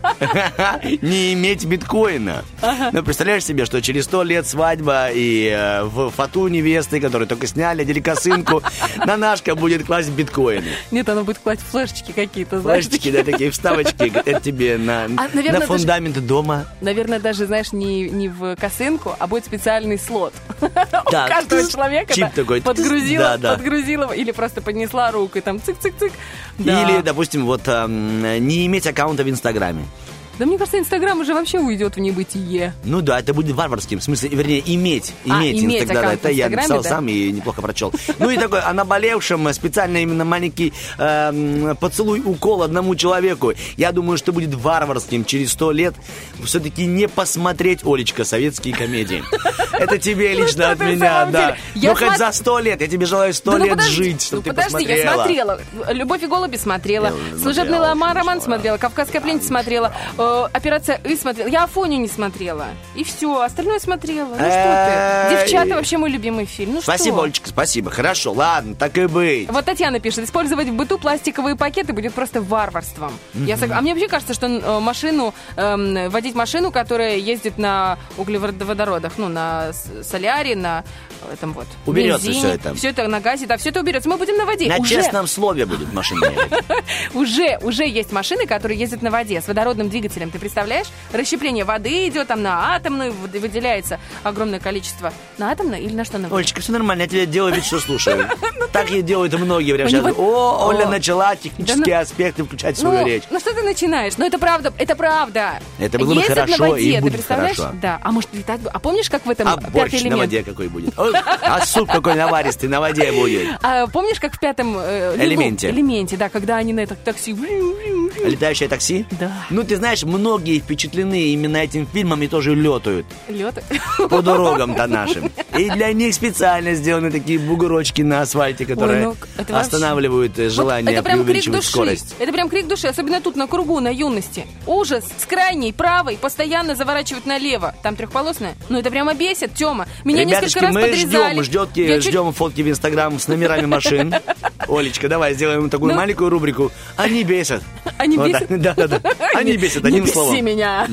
Не иметь биткоина. Ну, представляешь себе, что через сто лет свадьба и э, в фату невесты, которую только сняли, одели косынку, Нанашка будет класть биткоины. Нет, она будет класть флешечки какие-то, знаешь. Флешечки, да, такие вставочки. Это тебе на, А, наверное, на фундамент дома. Наверное, даже, знаешь, не, не в косынку, а будет специальный слот. У Да. каждого человека Чип да, такой. подгрузила, Да, да. подгрузила, или просто поднесла руку и там цик-цик-цик. Да. Или, допустим, вот эм, не иметь аккаунта в Инстаграме. Да мне кажется, Инстаграм уже вообще уйдет в небытие. Ну да, это будет варварским. В смысле, вернее, иметь. А, Иметь, иметь Инстаграм. аккаунт Это в я Инстаграме, написал да? сам и неплохо прочел. Ну и такой, о наболевшем специально именно маленький эм, поцелуй, укол одному человеку. Я думаю, что будет варварским через сто лет все-таки не посмотреть, Олечка, советские комедии. Это тебе Ну лично что от ты, в меня, самом да. деле? Я Ну хоть смо- за сто лет. Я тебе желаю сто Да ну лет подожди, жить, чтобы ну ты подожди, посмотрела. я смотрела. «Любовь и голуби» смотрела. Я «Служебный смотрела, лома- очень роман» смешно. смотрела. «Кавказская пленница» смотрела. э, «Операция И» смотрела. Я «Афоню» не смотрела. И все, остальное смотрела. Ну что ты? Эй. «Девчата» вообще мой любимый фильм. Ну Спасибо, что? Олечка, спасибо. Хорошо, ладно, так и быть. Вот Татьяна пишет, использовать в быту пластиковые пакеты будет просто варварством. Я сог- А мне вообще кажется, что э, машину, эм, водить машину, которая ездит на углеводородах, ну, на с- соляре, на этом вот Уберется бензине, всё это. Все это на газе, да, все это уберется. Мы будем на воде. На уже, честном слове будет машина ехать. уже, уже есть машины, которые ездят на воде с водородным двигателем. Ты представляешь? Расщепление воды идет там на атомную, выд- выделяется огромное количество. На атомную или на что? На Олечка, все нормально, я тебе делаю вид, что слушаю. Так и делают многие прямо У сейчас. него- О, Оля О. начала технические Да ну- аспекты включать в свою ну, речь. ну что ты начинаешь? Ну это правда, это правда. Это было бы Ездят хорошо на воде, и ты будет представляешь? хорошо. Да. А может и так бы. А помнишь, как в этом А пятый борщ на элемент? воде какой будет? О, а суп какой наваристый на воде будет? А помнишь, как в пятом э, лигу- Элементе. элементе, да, когда они на этом такси. Летающее такси? Да. Ну, ты знаешь, многие впечатлены именно этим фильмом и тоже летают Лёд. по дорогам-то нашим. И для них специально сделаны такие бугорочки на асфальте, которые Ой, ну, это вообще- останавливают э, Вот желание это прям крик преувеличивать души. скорость. Это прям крик души, особенно тут на кругу, на юности. Ужас, с крайней правой постоянно заворачивают налево. Там трехполосная. Ну это прямо бесит, Тёма. Меня Ребятушки, несколько раз мы подрезали. ждем, ждем, Я чуть- ждем фотки в Инстаграм с номерами машин. Олечка, давай сделаем такую Ну. маленькую рубрику. Они бесят. Они Вот бесят? так, Да-да-да. Они бесят, Не одним беси словом. меня.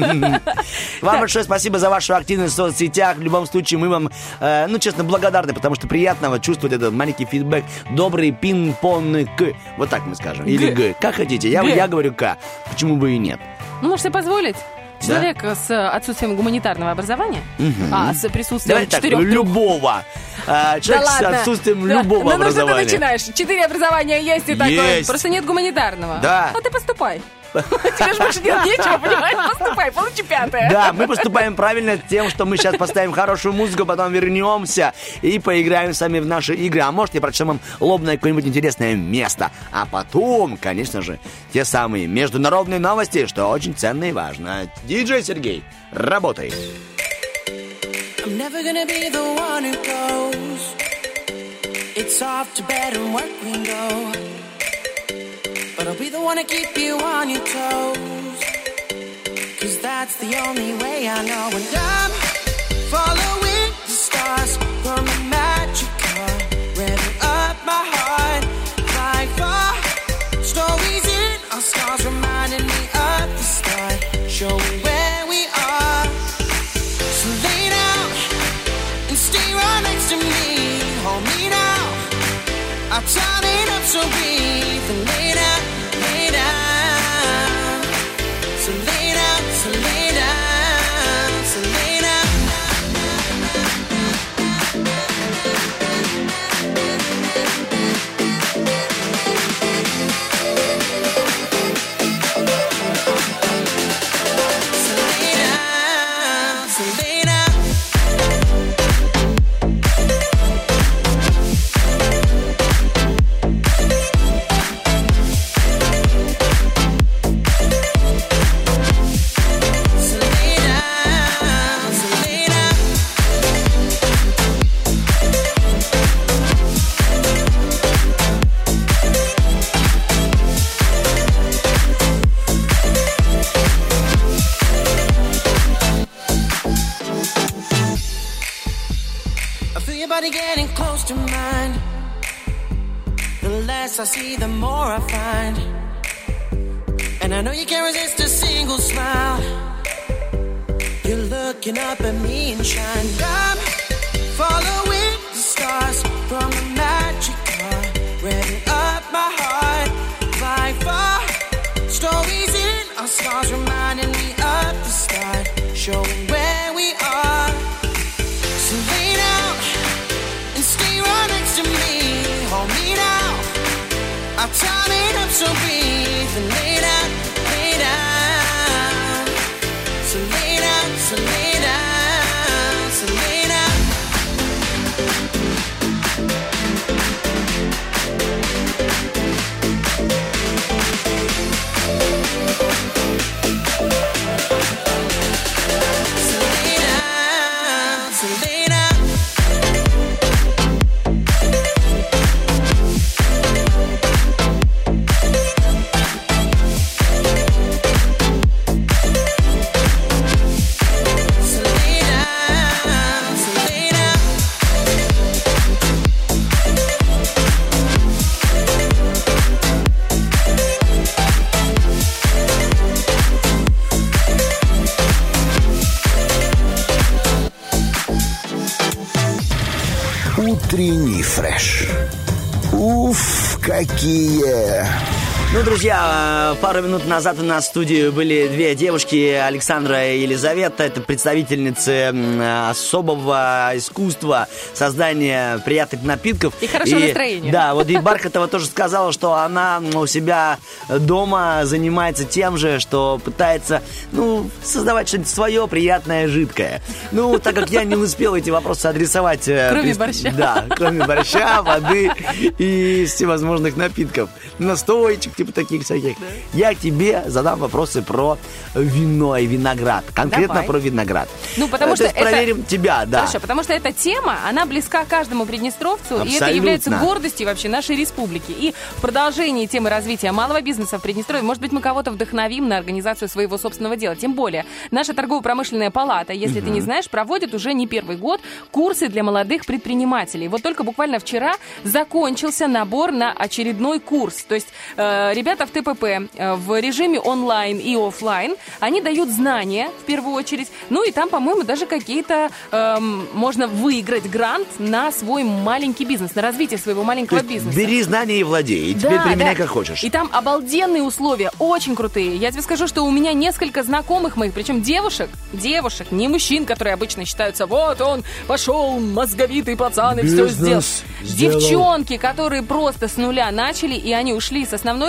Вам большое спасибо за вашу активность в соцсетях. В любом случае, мы вам, э, ну, честно, благодарны, потому что приятно чувствовать этот маленький фидбэк. Добрый пинг-понг. Вот так мы скажем. Или Г. Г. Как хотите. Я, Г. я говорю К. Почему бы и нет? Ну, можешь себе позволить. Да? Человек с отсутствием гуманитарного образования, Мгм. а с присутствием Давай так, четырех... любого. А, человек Да с ладно. отсутствием Да. любого Ну, ну что ты образования. начинаешь? Четыре образования есть и такое. Есть. Просто нет гуманитарного. Да. А ты поступай. Тебе же больше делать нечего, понимаешь? Поступай, получи пятое. Да, мы поступаем правильно тем, что мы сейчас поставим хорошую музыку, потом вернемся и поиграем сами в наши игры. А может, я прочтем вам лобное какое-нибудь интересное место. А потом, конечно же, те самые международные новости, что очень ценно и важно. Диджей Сергей, работай. I'm never gonna be the one who goes. It's off to bed and work we go. But I'll be the one to keep you on your toes. Cause that's the only way I know. And I'm following the stars from a magic car, revving up my heart, flying far. Stories in our scars reminding me of the start, showing where we are. So lay down and stay right next to me. Hold me now, I'll turn it up so breathe. And lay down, lay down. So lay down, so lay down, so lay down. So lay down, so lay down. Body getting close to mine. The less I see, the more I find. And I know you can't resist a single smile. You're looking up at me and shine. I'm following the stars from a magic car, revving up my heart, flying far. Stories in our scars reminding me of the start, showing where we are. So lay down and stay right next to me. Hold me now, I'll turn it up so breathe. And lay down, lay down. So lay down, so lay down, so lay down. So lay down, so lay down. Утренний фреш. Уф, какие... Ну, друзья, пару минут назад у нас в студии были две девушки, Александра и Елизавета. Это представительницы особого искусства создания приятных напитков. И хорошего и, настроения. Да, вот и Бархатова тоже сказала, что она у себя дома занимается тем же, что пытается, ну, создавать что-нибудь свое, приятное, жидкое. Ну, так как я не успел эти вопросы адресовать... Кроме борща. Да, кроме борща, воды и всевозможных напитков. Настоечек, типа таких всяких. Да. Я тебе задам вопросы про вино и виноград. Конкретно Давай. про виноград. Ну, потому То что есть это... проверим тебя, да. Хорошо, потому что эта тема, она близка каждому приднестровцу, Абсолютно. и это является гордостью вообще нашей республики. И в продолжении темы развития малого бизнеса в Приднестровье, может быть, мы кого-то вдохновим на организацию своего собственного дела. Тем более, наша торгово-промышленная палата, если угу. ты не знаешь, проводит уже не первый год курсы для молодых предпринимателей. Вот только буквально вчера закончился набор на очередной курс. То есть э, ребята в ТПП э, в режиме онлайн и офлайн, они дают знания, в первую очередь. Ну и там, по-моему, даже какие-то э, можно выиграть грант на свой маленький бизнес, на развитие своего маленького То есть бизнеса. Бери знания и владей, и теперь Да, применяй да. как хочешь. И там обалденные условия, очень крутые. Я тебе скажу, что у меня несколько знакомых моих, причем девушек, девушек, не мужчин, которые обычно считаются, вот он пошел, мозговитый пацан, и все сделал. сделал. Девчонки, которые просто с нуля начали, и они ушли с основной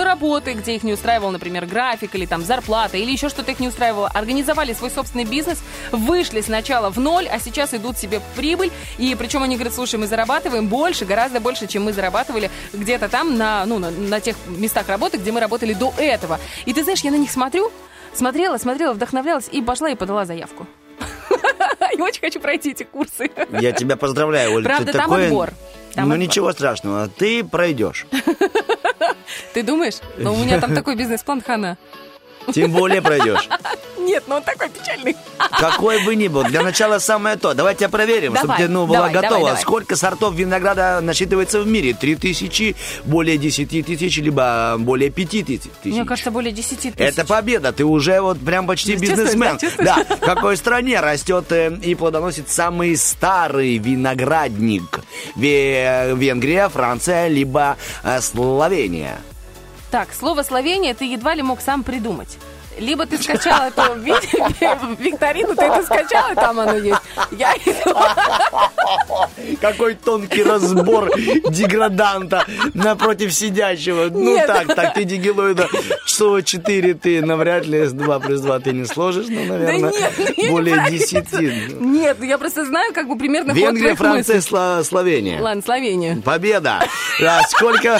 работы, где их не устраивал, например, график или там зарплата, или еще что-то их не устраивало, организовали свой собственный бизнес, вышли сначала в ноль, а сейчас идут себе в прибыль, и причем они говорят, слушай, мы зарабатываем больше, гораздо больше, чем мы зарабатывали где-то там на, ну, на, на тех местах работы, где мы работали до этого. И ты знаешь, я на них смотрю, смотрела, смотрела, вдохновлялась и пошла и подала заявку. И очень хочу пройти эти курсы. Я тебя поздравляю, Оль. Правда, ты там такой... отбор. Там ну, отбор. Ничего страшного, ты пройдешь. Ты думаешь? Но у меня там такой бизнес-план хана. Тем более пройдешь. Нет, ну он такой печальный. Какой бы ни был. Для начала самое то. Давайте тебя проверим, Давай, чтобы ты ну, была давай, готова. давай, давай. Сколько сортов винограда насчитывается в мире? Три тысячи, более десяти тысяч, либо более пяти тысяч? Мне кажется, более десяти тысяч. Это победа. Ты уже вот прям почти бизнесмен. Да, в какой стране растет э, и плодоносит самый старый виноградник? Ве- Венгрия, Франция, либо э, Словения? Так, слово «Словения» ты едва ли мог сам придумать. Либо ты скачал эту викторину, ты это скачал, и там оно есть. Я... Какой тонкий разбор деграданта напротив сидящего. Ну Нет. так, так, ты дигилоида часов четыре ты навряд ли с два плюс два ты не сложишь, ну, наверное, Да нет, я более не десяти. Нет, я просто знаю, как бы примерно ход Венгрия, твоих Франция, мыслей. Сло- Словения. Ладно, Словения. Победа! А сколько...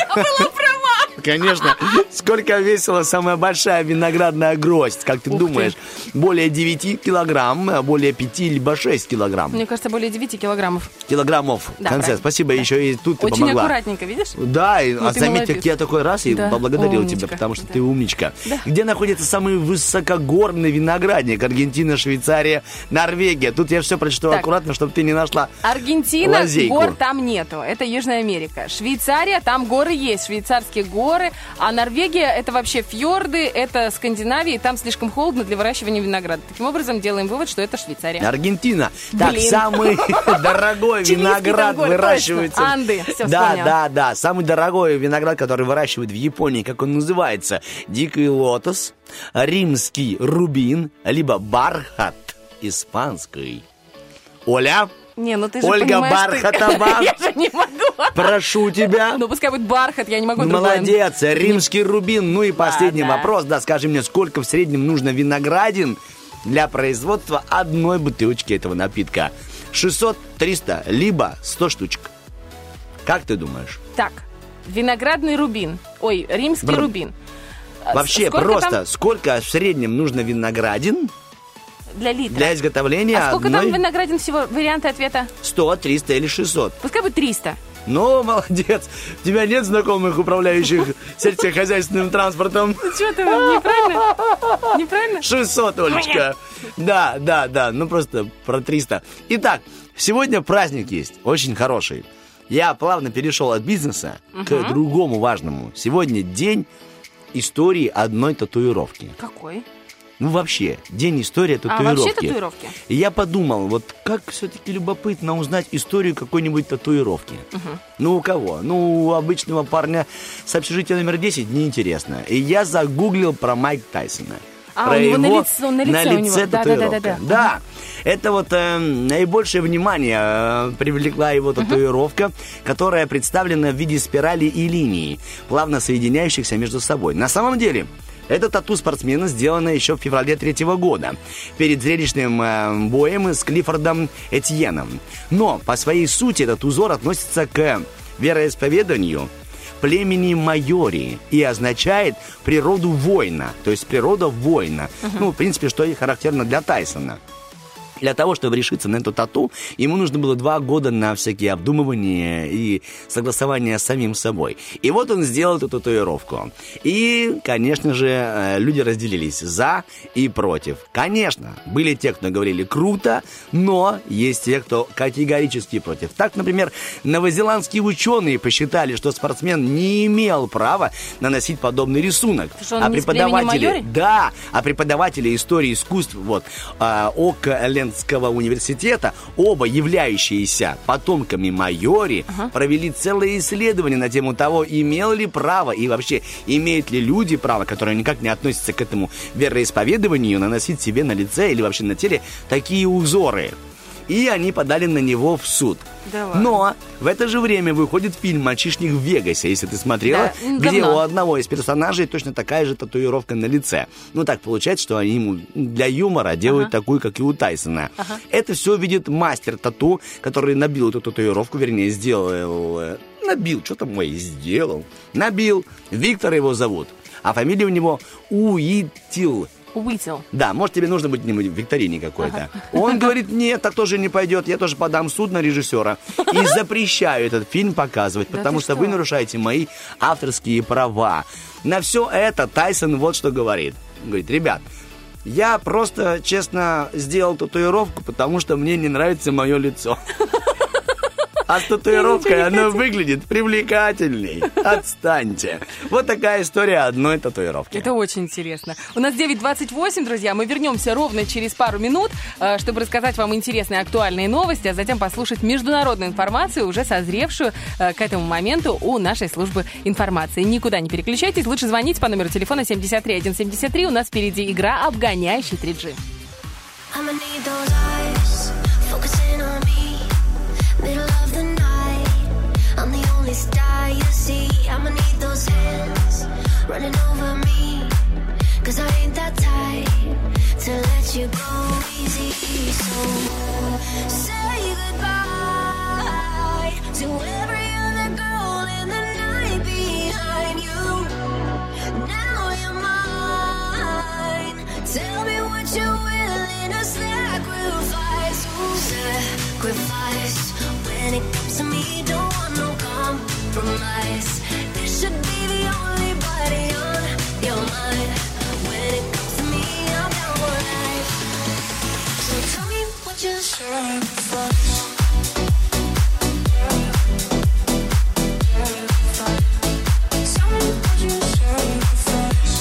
Конечно. Сколько весила самая большая виноградная гроздь, как ты Ух думаешь? ты. Более девяти килограмм, более пяти, либо шесть килограмм. Мне кажется, более девяти килограммов. Килограммов Да, в конце. правильно. Спасибо, еще и тут ты Очень помогла. аккуратненько, видишь? Да, и, Ну, а ты заметь, молодец. как я такой раз и Да. поблагодарил Умничка. тебя, потому что Да. ты умничка. Да. Где находится самый высокогорный виноградник? Аргентина, Швейцария, Норвегия. Тут я все прочитал Так. аккуратно, чтобы ты не нашла Аргентина, лазейку. гор там нету. Это Южная Америка. Швейцария, там горы есть, швейцарские горы. А Норвегия, это вообще фьорды, это Скандинавия, и там слишком холодно для выращивания винограда. Таким образом, делаем вывод, что это Швейцария. Аргентина. Так, Блин. самый дорогой Чилийский виноград там город, выращивается. точно. Анды, всё Да, вспомнила. да, да. Самый дорогой виноград, который выращивают в Японии, как он называется? Дикий лотос, римский рубин, либо бархат испанский. Оля? Не, ну ты же Ольга понимаешь, Бархатова. ты... Я же не могу. Прошу тебя. Ну, пускай будет бархат, я не могу другое. Молодец, римский рубин. Ну и последний Ладно. вопрос. Да, скажи мне, сколько в среднем нужно виноградин для производства одной бутылочки этого напитка? шестьсот, триста, либо сто штучек. Как ты думаешь? Так, виноградный рубин. Ой, римский Бр- рубин. Вообще, Сколько просто там сколько в среднем нужно виноградин для литра? для изготовления А сколько одной? там виноградин всего? Варианты ответа? сто, триста или шестьсот. Пускай будет триста. Ну, молодец. У тебя нет знакомых, управляющих сельскохозяйственным транспортом? Ну что ты, неправильно? Неправильно? шестьсот, Олечка. Да, да, да, ну просто про триста. Итак, сегодня праздник есть, очень хороший. Я плавно перешел от бизнеса к Мгм. другому важному. Сегодня день истории одной татуировки. Какой? Ну, вообще, день истории А, татуировки. вообще татуировки? И я подумал, вот как все-таки любопытно узнать историю какой-нибудь татуировки. Мгм. Ну, у кого? Ну, у обычного парня с общежития номер десять неинтересно. И я загуглил про Майк Тайсона. А, про у него на лицо- на лице у него. Да, да, татуировка. да, да, да. Да, это вот э, наибольшее внимание э, привлекла его татуировка, которая представлена в виде спирали и линий, плавно соединяющихся между собой. На самом деле, это тату спортсмена сделано еще в феврале третьего года, перед зрелищным э, боем с Клиффордом Этьеном. Но по своей сути этот узор относится к вероисповеданию племени Майори и означает природу воина, то есть природа воина. Мгм. Ну, в принципе, что и характерно для Тайсона. Для того, чтобы решиться на эту тату, ему нужно было два года на всякие обдумывания и согласования с самим собой. И вот он сделал эту татуировку. И, конечно же, э, люди разделились за и против. Конечно, были те, кто говорили круто, но есть те, кто категорически против. Так, например, новозеландские ученые посчитали, что спортсмен не имел права наносить подобный рисунок. Что он не из племени Майори? Да, а преподаватели истории искусств вот, а, Оклендского университета, оба являющиеся потомками Майори, Ага. провели целое исследование на тему того, имел ли право и вообще имеют ли люди право, которые никак не относятся к этому вероисповеданию, наносить себе на лице или вообще на теле такие узоры. и они подали на него в суд. Давай. Но в это же время выходит фильм «Мальчишник в Вегасе», если ты смотрела, да, где давно. у одного из персонажей точно такая же татуировка на лице. Ну, так получается, что они ему для юмора делают ага. такую, как и у Тайсона. Ага. Это все видит мастер тату, который набил эту татуировку, вернее, сделал... Набил, что там мой сделал? Набил. Виктор его зовут. А фамилия у него Уитил. Уитил. Да, может, тебе нужно быть в викторине какой-то. Ага. Он говорит, нет, так тоже не пойдет, я тоже подам в суд на режиссера. И запрещаю этот фильм показывать, да потому что, что вы нарушаете мои авторские права. На все это Тайсон вот что говорит. Он говорит, ребят, я просто, честно, сделал татуировку, потому что мне не нравится мое лицо. А с татуировкой она выглядит привлекательней. Отстаньте. Вот такая история одной татуировки. Это очень интересно. У нас девять двадцать восемь, друзья. Мы вернемся ровно через пару минут, чтобы рассказать вам интересные актуальные новости, а затем послушать международную информацию, уже созревшую к этому моменту у нашей службы информации. Никуда не переключайтесь. Лучше звоните по номеру телефона семьдесят три сто семьдесят три. У нас впереди игра «Обгоняющий три джи». Middle of the night, I'm the only star you see. I'ma need those hands running over me, cause I ain't that type to let you go easy. So say goodbye to every other girl in the night behind you. Now you're mine. Tell me what you're willing to sacrifice. Ooh, sacrifice. When it comes to me, don't want no compromise. This should be the only body on your mind. When it comes to me, I'm down for life. So tell me what you sacrifice. Tell me what you sacrifice.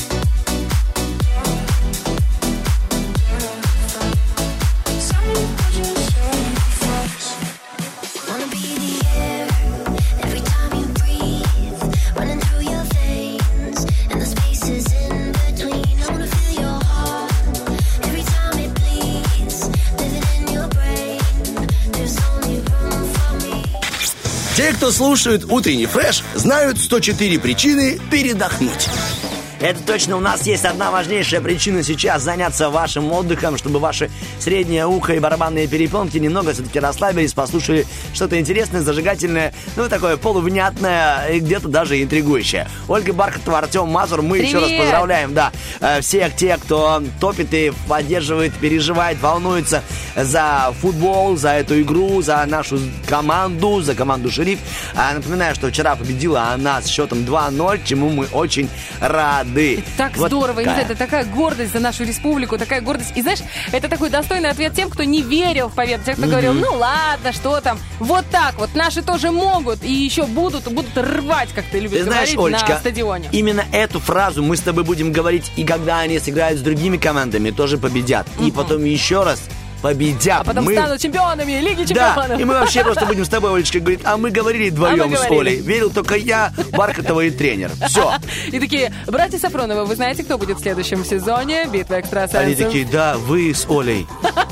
Tell me what you sacrifice. Wanna be the air every time you breathe, running through your veins and the spaces in between. I wanna feel your heart every time it bleeds, living in your brain. There's only room for me. Те, кто слушает утренний фреш, знают сто четыре причины передохнуть. Это точно, у нас есть одна важнейшая причина сейчас заняться вашим отдыхом, чтобы ваше среднее ухо и барабанные перепонки немного все-таки расслабились, послушали что-то интересное, зажигательное, ну, такое полувнятное и где-то даже интригующее. Ольга Бархатова, Артем Мазур, мы Привет! еще раз поздравляем, да, всех тех, кто топит и поддерживает, переживает, волнуется за футбол, за эту игру, за нашу команду, за команду «Шериф». Напоминаю, что вчера победила она с счетом два ноль, чему мы очень рады. Это так вот здорово, такая. Это такая гордость за нашу республику, такая гордость. И знаешь, это такой достойный ответ тем, кто не верил в победу, тем, кто mm-hmm. говорил, ну ладно, что там, вот так вот, наши тоже могут и еще будут, будут рвать, как ты любишь ты знаешь, говорить, Олечка, на стадионе. Именно эту фразу мы с тобой будем говорить, и когда они сыграют с другими командами, тоже победят. Mm-hmm. И потом еще раз победят. А потом мы... станут чемпионами Лиги чемпионов. Да, и мы вообще просто будем с тобой, Олечка, говорить, а мы говорили вдвоем а мы с Олей. Верил только я, Бархатова и тренер. Все. И такие, братья Сафроновы, вы знаете, кто будет в следующем сезоне «Битва экстрасенсов»? Они такие, да, вы с Олей.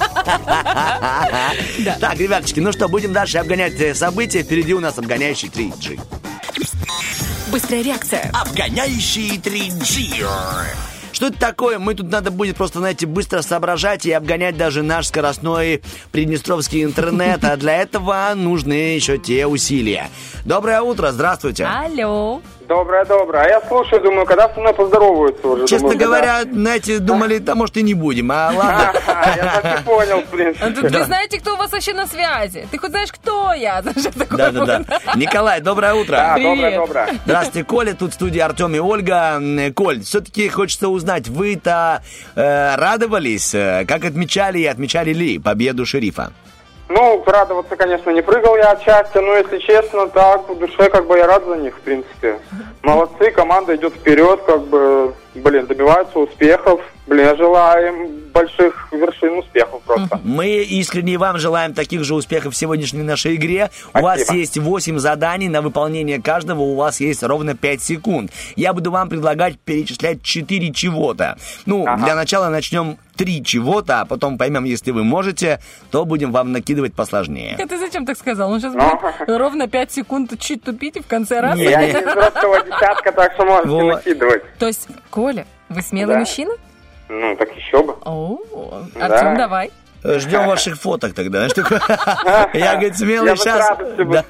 Так, ребяточки, ну что, будем дальше обгонять события. Впереди у нас обгоняющий три джи. Быстрая реакция. Обгоняющий три джи. Что это такое? Мы тут надо будет просто, знаете, быстро соображать и обгонять даже наш скоростной приднестровский интернет. А для этого нужны еще те усилия. Доброе утро, здравствуйте. Алло. Доброе-доброе. А я слушаю, думаю, когда со мной поздороваются уже. Честно думаю, говоря, когда... знаете, думали, да, может, и не будем, а ладно. Я так и понял, в принципе. Вы знаете, кто у вас вообще на связи? Ты хоть знаешь, кто я? Да-да-да. Николай, доброе утро. Да, доброе-доброе. Здравствуйте, Коля, тут в студии Артем и Ольга. Коль, все-таки хочется узнать, вы-то э, радовались, как отмечали и отмечали ли победу «Шерифа»? Ну, радоваться, конечно, не прыгал я от счастья, но, если честно, так, в душе, как бы, я рад за них, в принципе. Молодцы, команда идет вперед, как бы, блин, добиваются успехов. Блин, я желаю им больших вершин успехов просто. Мы искренне вам желаем таких же успехов в сегодняшней нашей игре. Спасибо. У вас есть восемь заданий, на выполнение каждого у вас есть ровно пять секунд. Я буду вам предлагать перечислять четыре чего-то. Ну, ага. Для начала начнем три чего-то, а потом поймем, если вы можете, то будем вам накидывать посложнее. А ты зачем так сказал? Он сейчас будет ровно пять секунд чуть тупить и в конце раз... Я не из взрослого десятка, так что можете вот. накидывать. То есть, Коля, вы смелый да. мужчина? Ну, так еще бы. О, Артем, да. давай. Ждем ваших фоток тогда. Я, говорит, смелый сейчас.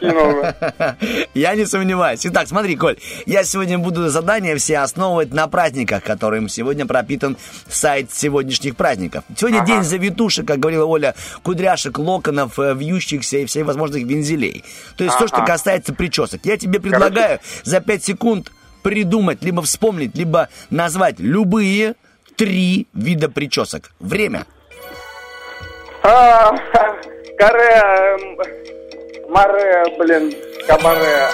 Я не сомневаюсь. Итак, смотри, Коль, я сегодня буду задания все основывать на праздниках, которым сегодня пропитан сайт сегодняшних праздников. Сегодня день завитушек, как говорила Оля, кудряшек, локонов, вьющихся и всех возможных вензелей. То есть то, что касается причесок. Я тебе предлагаю за пять секунд придумать, либо вспомнить, либо назвать любые три вида причесок. Время. А, каре, маре, блин, кабаре.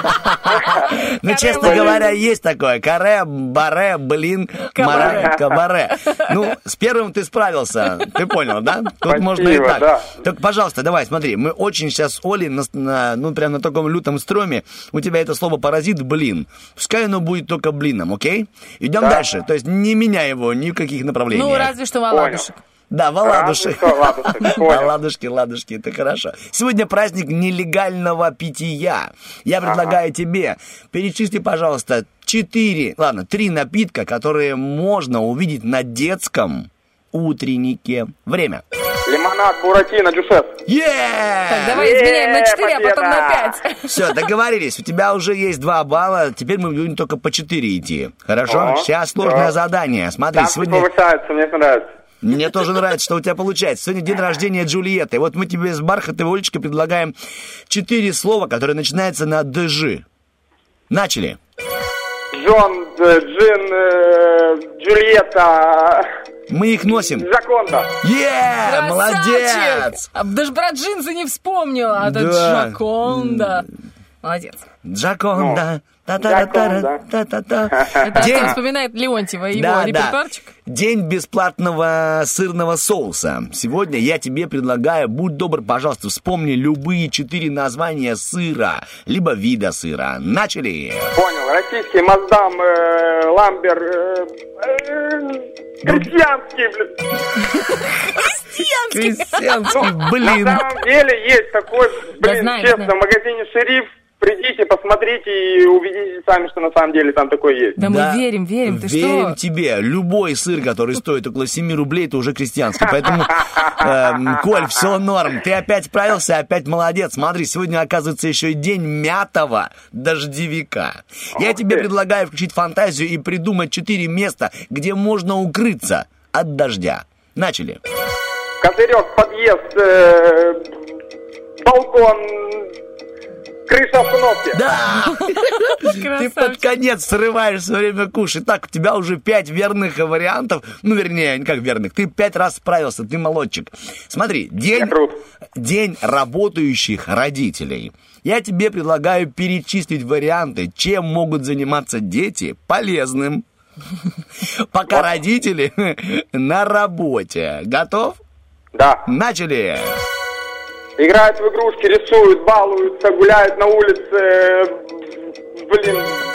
Ну, честно говоря, есть такое. Каре, баре, блин, маре, кабаре. Ну, с первым ты справился. Ты понял, да? Тут можно и так. Так, пожалуйста, давай, смотри. Мы очень сейчас с Олей, ну, прям на таком лютом строме. У тебя это слово паразит, блин. Пускай оно будет только блином, окей? Идем дальше. То есть не меняй его ни в каких направлениях. Ну, разве что воладушек. Да, воладушек. Ладушки, ладушки, это хорошо. Сегодня праздник нелегального питья. Я предлагаю ага. тебе, перечисли, пожалуйста, четыре, ладно, три напитка, которые можно увидеть на детском утреннике. Время. Лимонад, буратино, дюшес. Yeah! Так, давай изменяем на четыре, а потом на пять. Все, договорились. У тебя уже есть два балла. Теперь мы будем только по четыре идти. Хорошо? О, Сейчас сложное да. задание. Смотри, Там сегодня... повышается, мне нравится. Мне тоже нравится, что у тебя получается. Сегодня день рождения Джульетты. Вот мы тебе с бархатовой Олечкой предлагаем четыре слова, которые начинаются на «дж». Начали. Джон, Джин, э, Джульетта. Мы их носим. Джаконда. Е, молодец. Даже про джинсы не вспомнила. А да. это Джаконда. Молодец. Джаконда. Та-та-та-та-та-та-та. Это День... вспоминает Леонтьева и его да, репертуарчик. Да. День бесплатного сырного соуса. Сегодня я тебе предлагаю, будь добр, пожалуйста, вспомни любые четыре названия сыра, либо вида сыра. Начали. Понял. Российский, Маздам, э, Ламбер, э, э, крестьянский, блин. Крестьянский. Крестьянский, блин. На самом деле есть такой, блин, честно, в магазине «Шериф». Придите, посмотрите и увидите сами, что на самом деле там такое есть. Да, да. мы верим, верим. Ты верим что? тебе. Любой сыр, который стоит около семи рублей, это уже крестьянский. Поэтому, э, Коль, все норм. Ты опять справился, опять молодец. Смотри, сегодня, оказывается, еще и день мятого дождевика. Я тебе предлагаю включить фантазию и придумать четыре места, где можно укрыться от дождя. Начали. Козырек, подъезд, э, балкон... Крыша остановки. Да! Ты под конец срываешь все время куш. Итак, у тебя уже пять верных вариантов. Ну, вернее, не как верных. Ты пять раз справился, ты молодчик. Смотри, день, день работающих родителей. Я тебе предлагаю перечислить варианты, чем могут заниматься дети полезным, пока родители на работе. Готов? Да. Начали. Играют в игрушки, рисуют, балуются, гуляют на улице. Блин.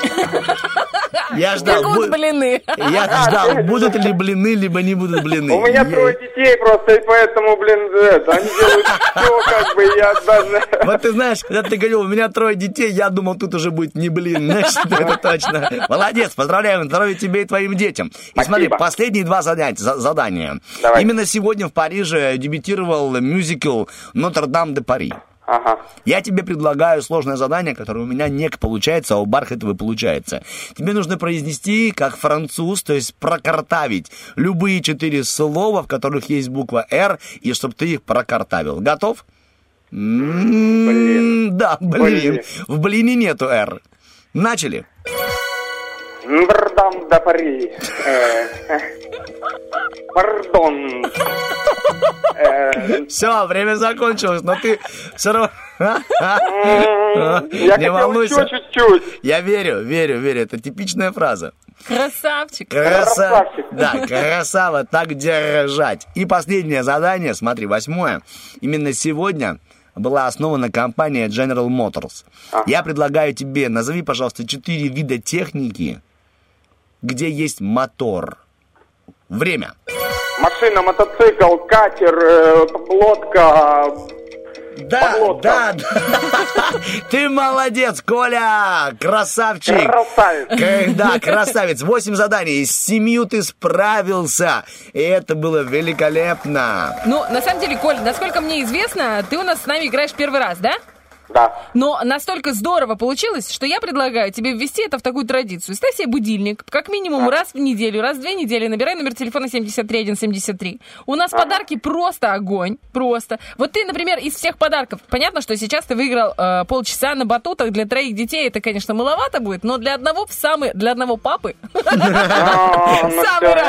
Я ждал. Будут блины. Я ждал, будут ли блины, либо не будут блины. У меня трое детей просто, и поэтому, блин, это, они делают все, как бы, я даже... Вот ты знаешь, когда ты говорил, у меня трое детей, я думал, тут уже будет не блин, значит, это точно. Молодец, поздравляю, здоровья тебе и твоим детям. И смотри, последние два задания. Именно сегодня в Париже дебютировал мюзикл «Нотр-Дам-де-Пари». Ага. Я тебе предлагаю сложное задание, которое у меня не получается, а у Бархатовой получается. Тебе нужно произнести как француз, то есть прокартавить любые четыре слова, в которых есть буква «Р», и чтобы ты их прокартавил. Готов? Блин. Да, блин. блин. В блине нету «Р». Начали. Нотр-Дам де Пари. Пардон. Все, время закончилось, но ты все равно... Я Не волнуйся. чуть-чуть. Я верю, верю, верю. Это типичная фраза. Красавчик. Краса... Да, красава, так держать. И последнее задание, смотри, восьмое. Именно сегодня была основана компания General Motors. А. Я предлагаю тебе, назови, пожалуйста, четыре вида техники, где есть мотор. Время. Машина, мотоцикл, катер, э, лодка. Да, да, да. Ты молодец, Коля! Красавчик! Красавец! Да, красавец. Восемь заданий. С семью ты справился. И это было великолепно. Ну, на самом деле, Коль, насколько мне известно, ты у нас с нами играешь первый раз, да? Да. Но настолько здорово получилось, что я предлагаю тебе ввести это в такую традицию. Ставь себе будильник, как минимум раз в неделю, раз в две недели, набирай номер телефона семьдесят три сто семьдесят три. У нас подарки просто огонь, просто. Вот ты, например, из всех подарков, понятно, что сейчас ты выиграл э, полчаса на батутах, для троих детей это, конечно, маловато будет, но для одного в самый, для одного папы самый раз.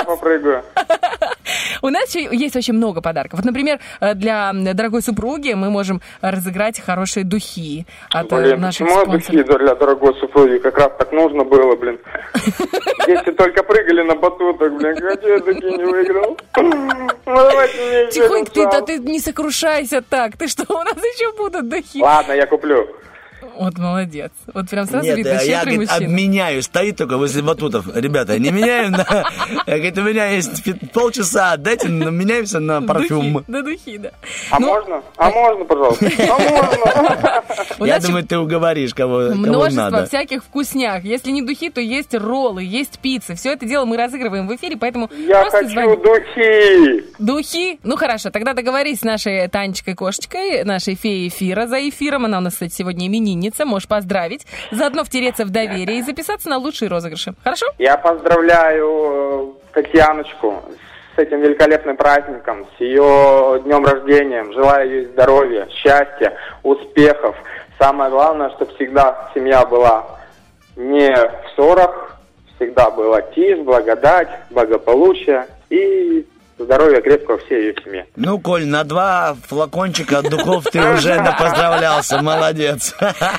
У нас есть очень много подарков. Вот, например, для дорогой супруги мы можем разыграть хорошие духи от блин, наших почему спонсоров. духи для дорогой супруги? Как раз так нужно было, блин. Дети только прыгали на батутах, блин. Как я такие не выиграл? Тихонько, ты, да ты не сокрушайся так. Ты что, у нас еще будут духи? Ладно, я куплю. Вот молодец. Вот прям сразу Нет, видно, я, щедрый говорит, мужчина. обменяю. Стоит только возле батутов. Ребята, не меняем на... Говорит, у меня есть полчаса, дайте, меняемся на парфюм. Духи, да, духи, да. А ну, можно? А можно, пожалуйста? А можно? Я думаю, ты уговоришь, кого, кого надо. Множество всяких вкусняк. Если не духи, то есть роллы, есть пицца. Все это дело мы разыгрываем в эфире, поэтому я просто хочу звони. Духи. Духи? Ну хорошо, тогда договорись с нашей Танечкой-кошечкой, нашей феей эфира за эфиром. Она у нас, кстати, сегодня именинница. Можешь поздравить. Заодно втереться в доверие и записаться на лучшие розыгрыши. Хорошо? Я поздравляю Татьяночку с этим великолепным праздником, с ее днем рождения. Желаю ей здоровья, счастья, успехов. Самое главное, чтобы всегда семья была не в ссорах, всегда была тишь, благодать, благополучие и здоровья крепкого всей ее семье. Ну, Коль, на два флакончика от духов ты уже напоздравлялся. Молодец.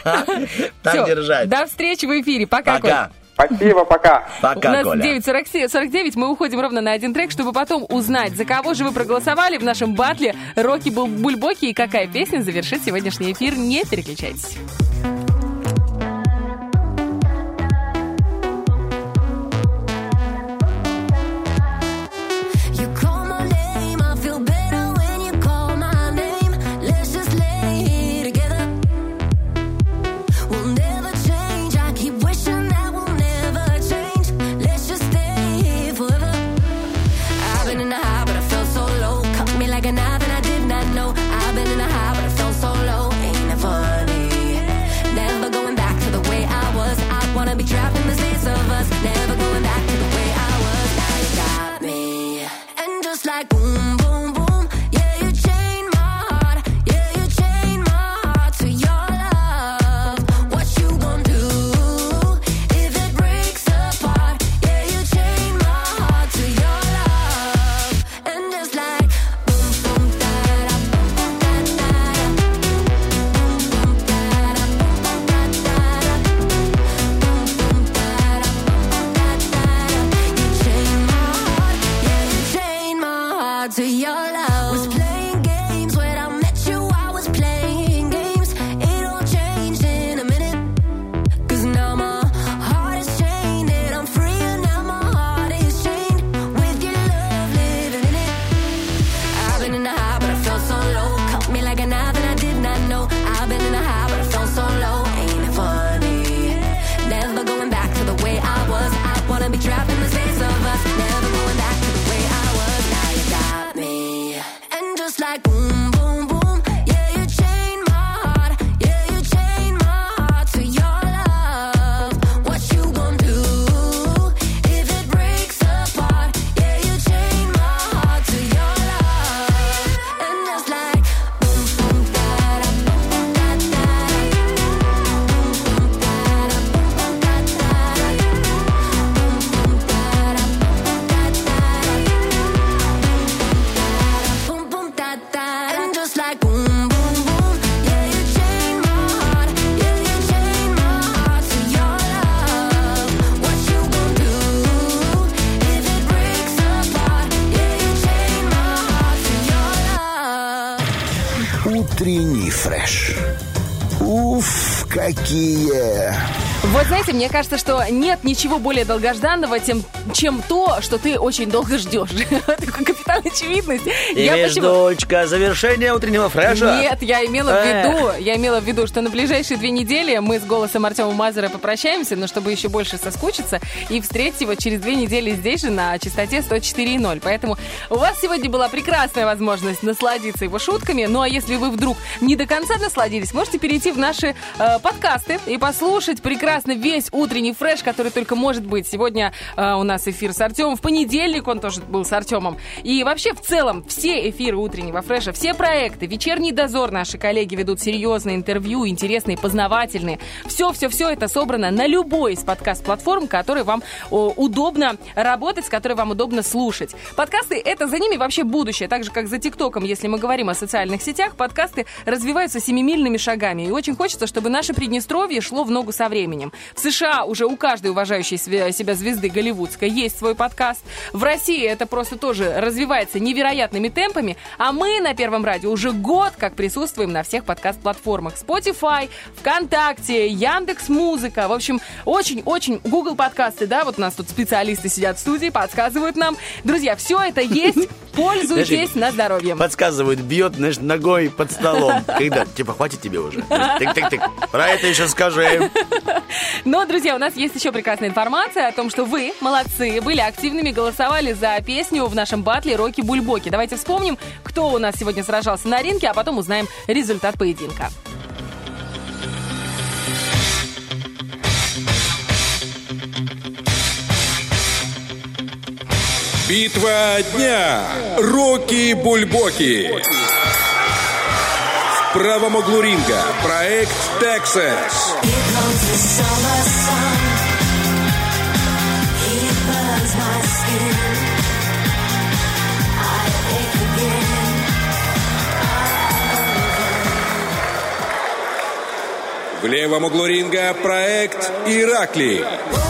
Так держать. До встречи в эфире. Пока, Коль. Спасибо, пока. Пока, У нас Коля. девять сорок девять, мы уходим ровно на один трек, чтобы потом узнать, за кого же вы проголосовали в нашем батле Рокки Бульбоки и какая песня завершит сегодняшний эфир. Не переключайтесь. And Утренний фреш. Уф, какие! Вот знаете, мне кажется, что нет ничего более долгожданного, тем, чем то, что ты очень долго ждешь. Такой капитан очевидность. Дочка, завершение утреннего фреша. Нет, я имела в виду, я имела в виду, что на ближайшие две недели мы с голосом Артема Мазера попрощаемся, но чтобы еще больше соскучиться и встретить его через две недели здесь же на частоте сто четыре и ноль. Поэтому у вас сегодня была прекрасная возможность насладиться его шутками. Ну а если вы вдруг не до конца насладились, можете перейти в наши э, подкасты и послушать прекрасно весь утренний фреш, который только может быть. Сегодня э, у нас эфир с Артемом. В понедельник он тоже был с Артемом. И вообще, в целом, все эфиры утреннего фреша, все проекты, вечерний дозор наши коллеги ведут серьезные интервью, интересные, познавательные. Все-все-все это собрано на любой из подкаст-платформ, которые вам о, удобно работать, с которой вам удобно слушать. Подкасты — это за ними вообще будущее. Так же, как за ТикТоком, если мы говорим о социальных сетях, подкасты развиваются семимильными шагами. И очень хочется, чтобы наше Приднестровье шло в ногу со временем. В США уже у каждой уважающей себя звезды голливудской есть свой подкаст. В России это просто тоже развивается невероятными темпами. А мы на Первом радио уже год как присутствуем на всех подкаст-платформах. Spotify, ВКонтакте, Яндекс.Музыка. В общем, очень-очень... Google подкасты, да, вот у нас тут специалисты сидят в студии, подсказывают нам. Друзья, все это есть. Пользуйтесь на здоровье. Подсказывают, бьет, знаешь, ногой под столом. Когда? Типа, хватит тебе уже. Тык-тык-тык. Про это еще скажи. Но, друзья, у нас есть еще прекрасная информация о том, что вы, молодцы, были активными, голосовали за песню в нашем батле «Роки Бульбоки». Давайте вспомним, кто у нас сегодня сражался на ринге, а потом узнаем результат поединка. Битва дня. Роки Бульбоки. В правом углу ринга проект Texas. В левом углу ринга проект Иракли.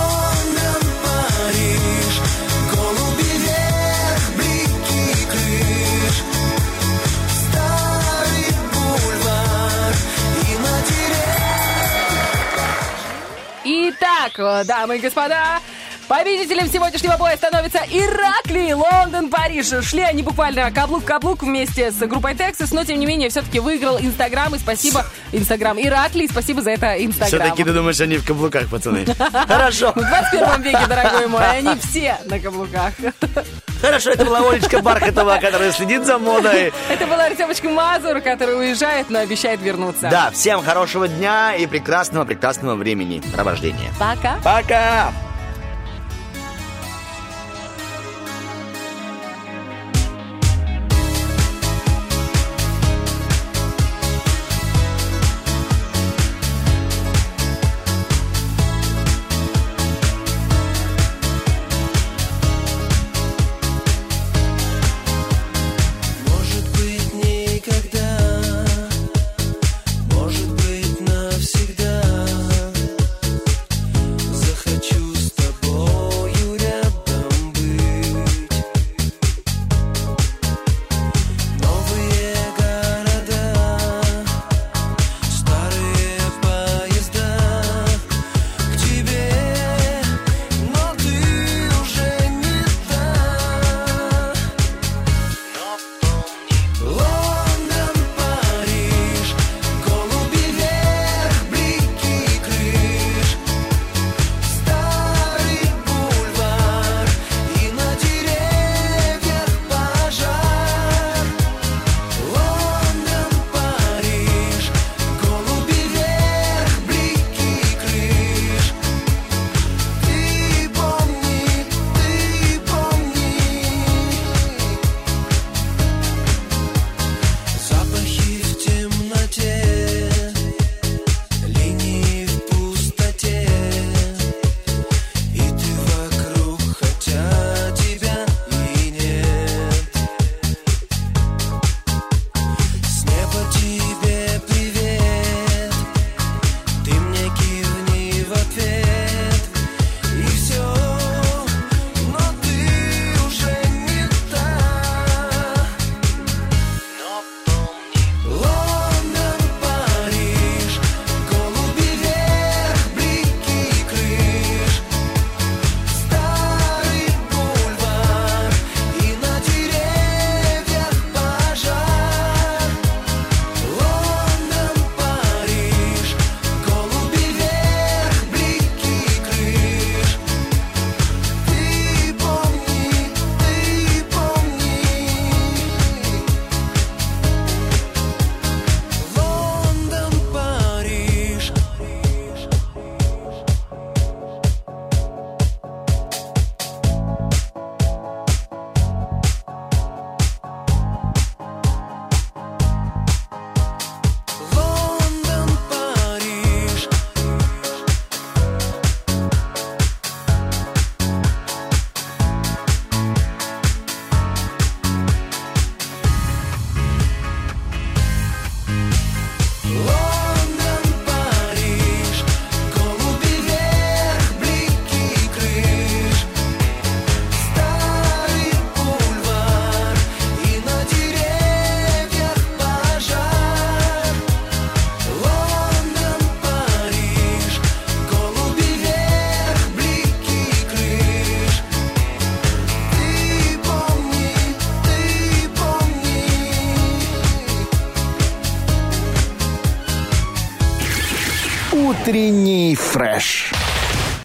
Итак, дамы и господа, победителем сегодняшнего боя становится Иракли, Лондон, Париж. Шли они буквально каблук в каблук вместе с группой Texas, но тем не менее все-таки выиграл Инстаграм. И спасибо, Инстаграм, Иракли, спасибо за это Инстаграм. Все-таки ты думаешь, они в каблуках, пацаны? Хорошо. В двадцать первом веке, дорогой мой, они все на каблуках. Хорошо, это была Олечка Бархатова, которая следит за модой. Это была Артемочка Мазур, который уезжает, но обещает вернуться. Да, всем хорошего дня и прекрасного-прекрасного времени пробуждения. Пока. Пока. Может быть, навсегда захочу Утренний фреш.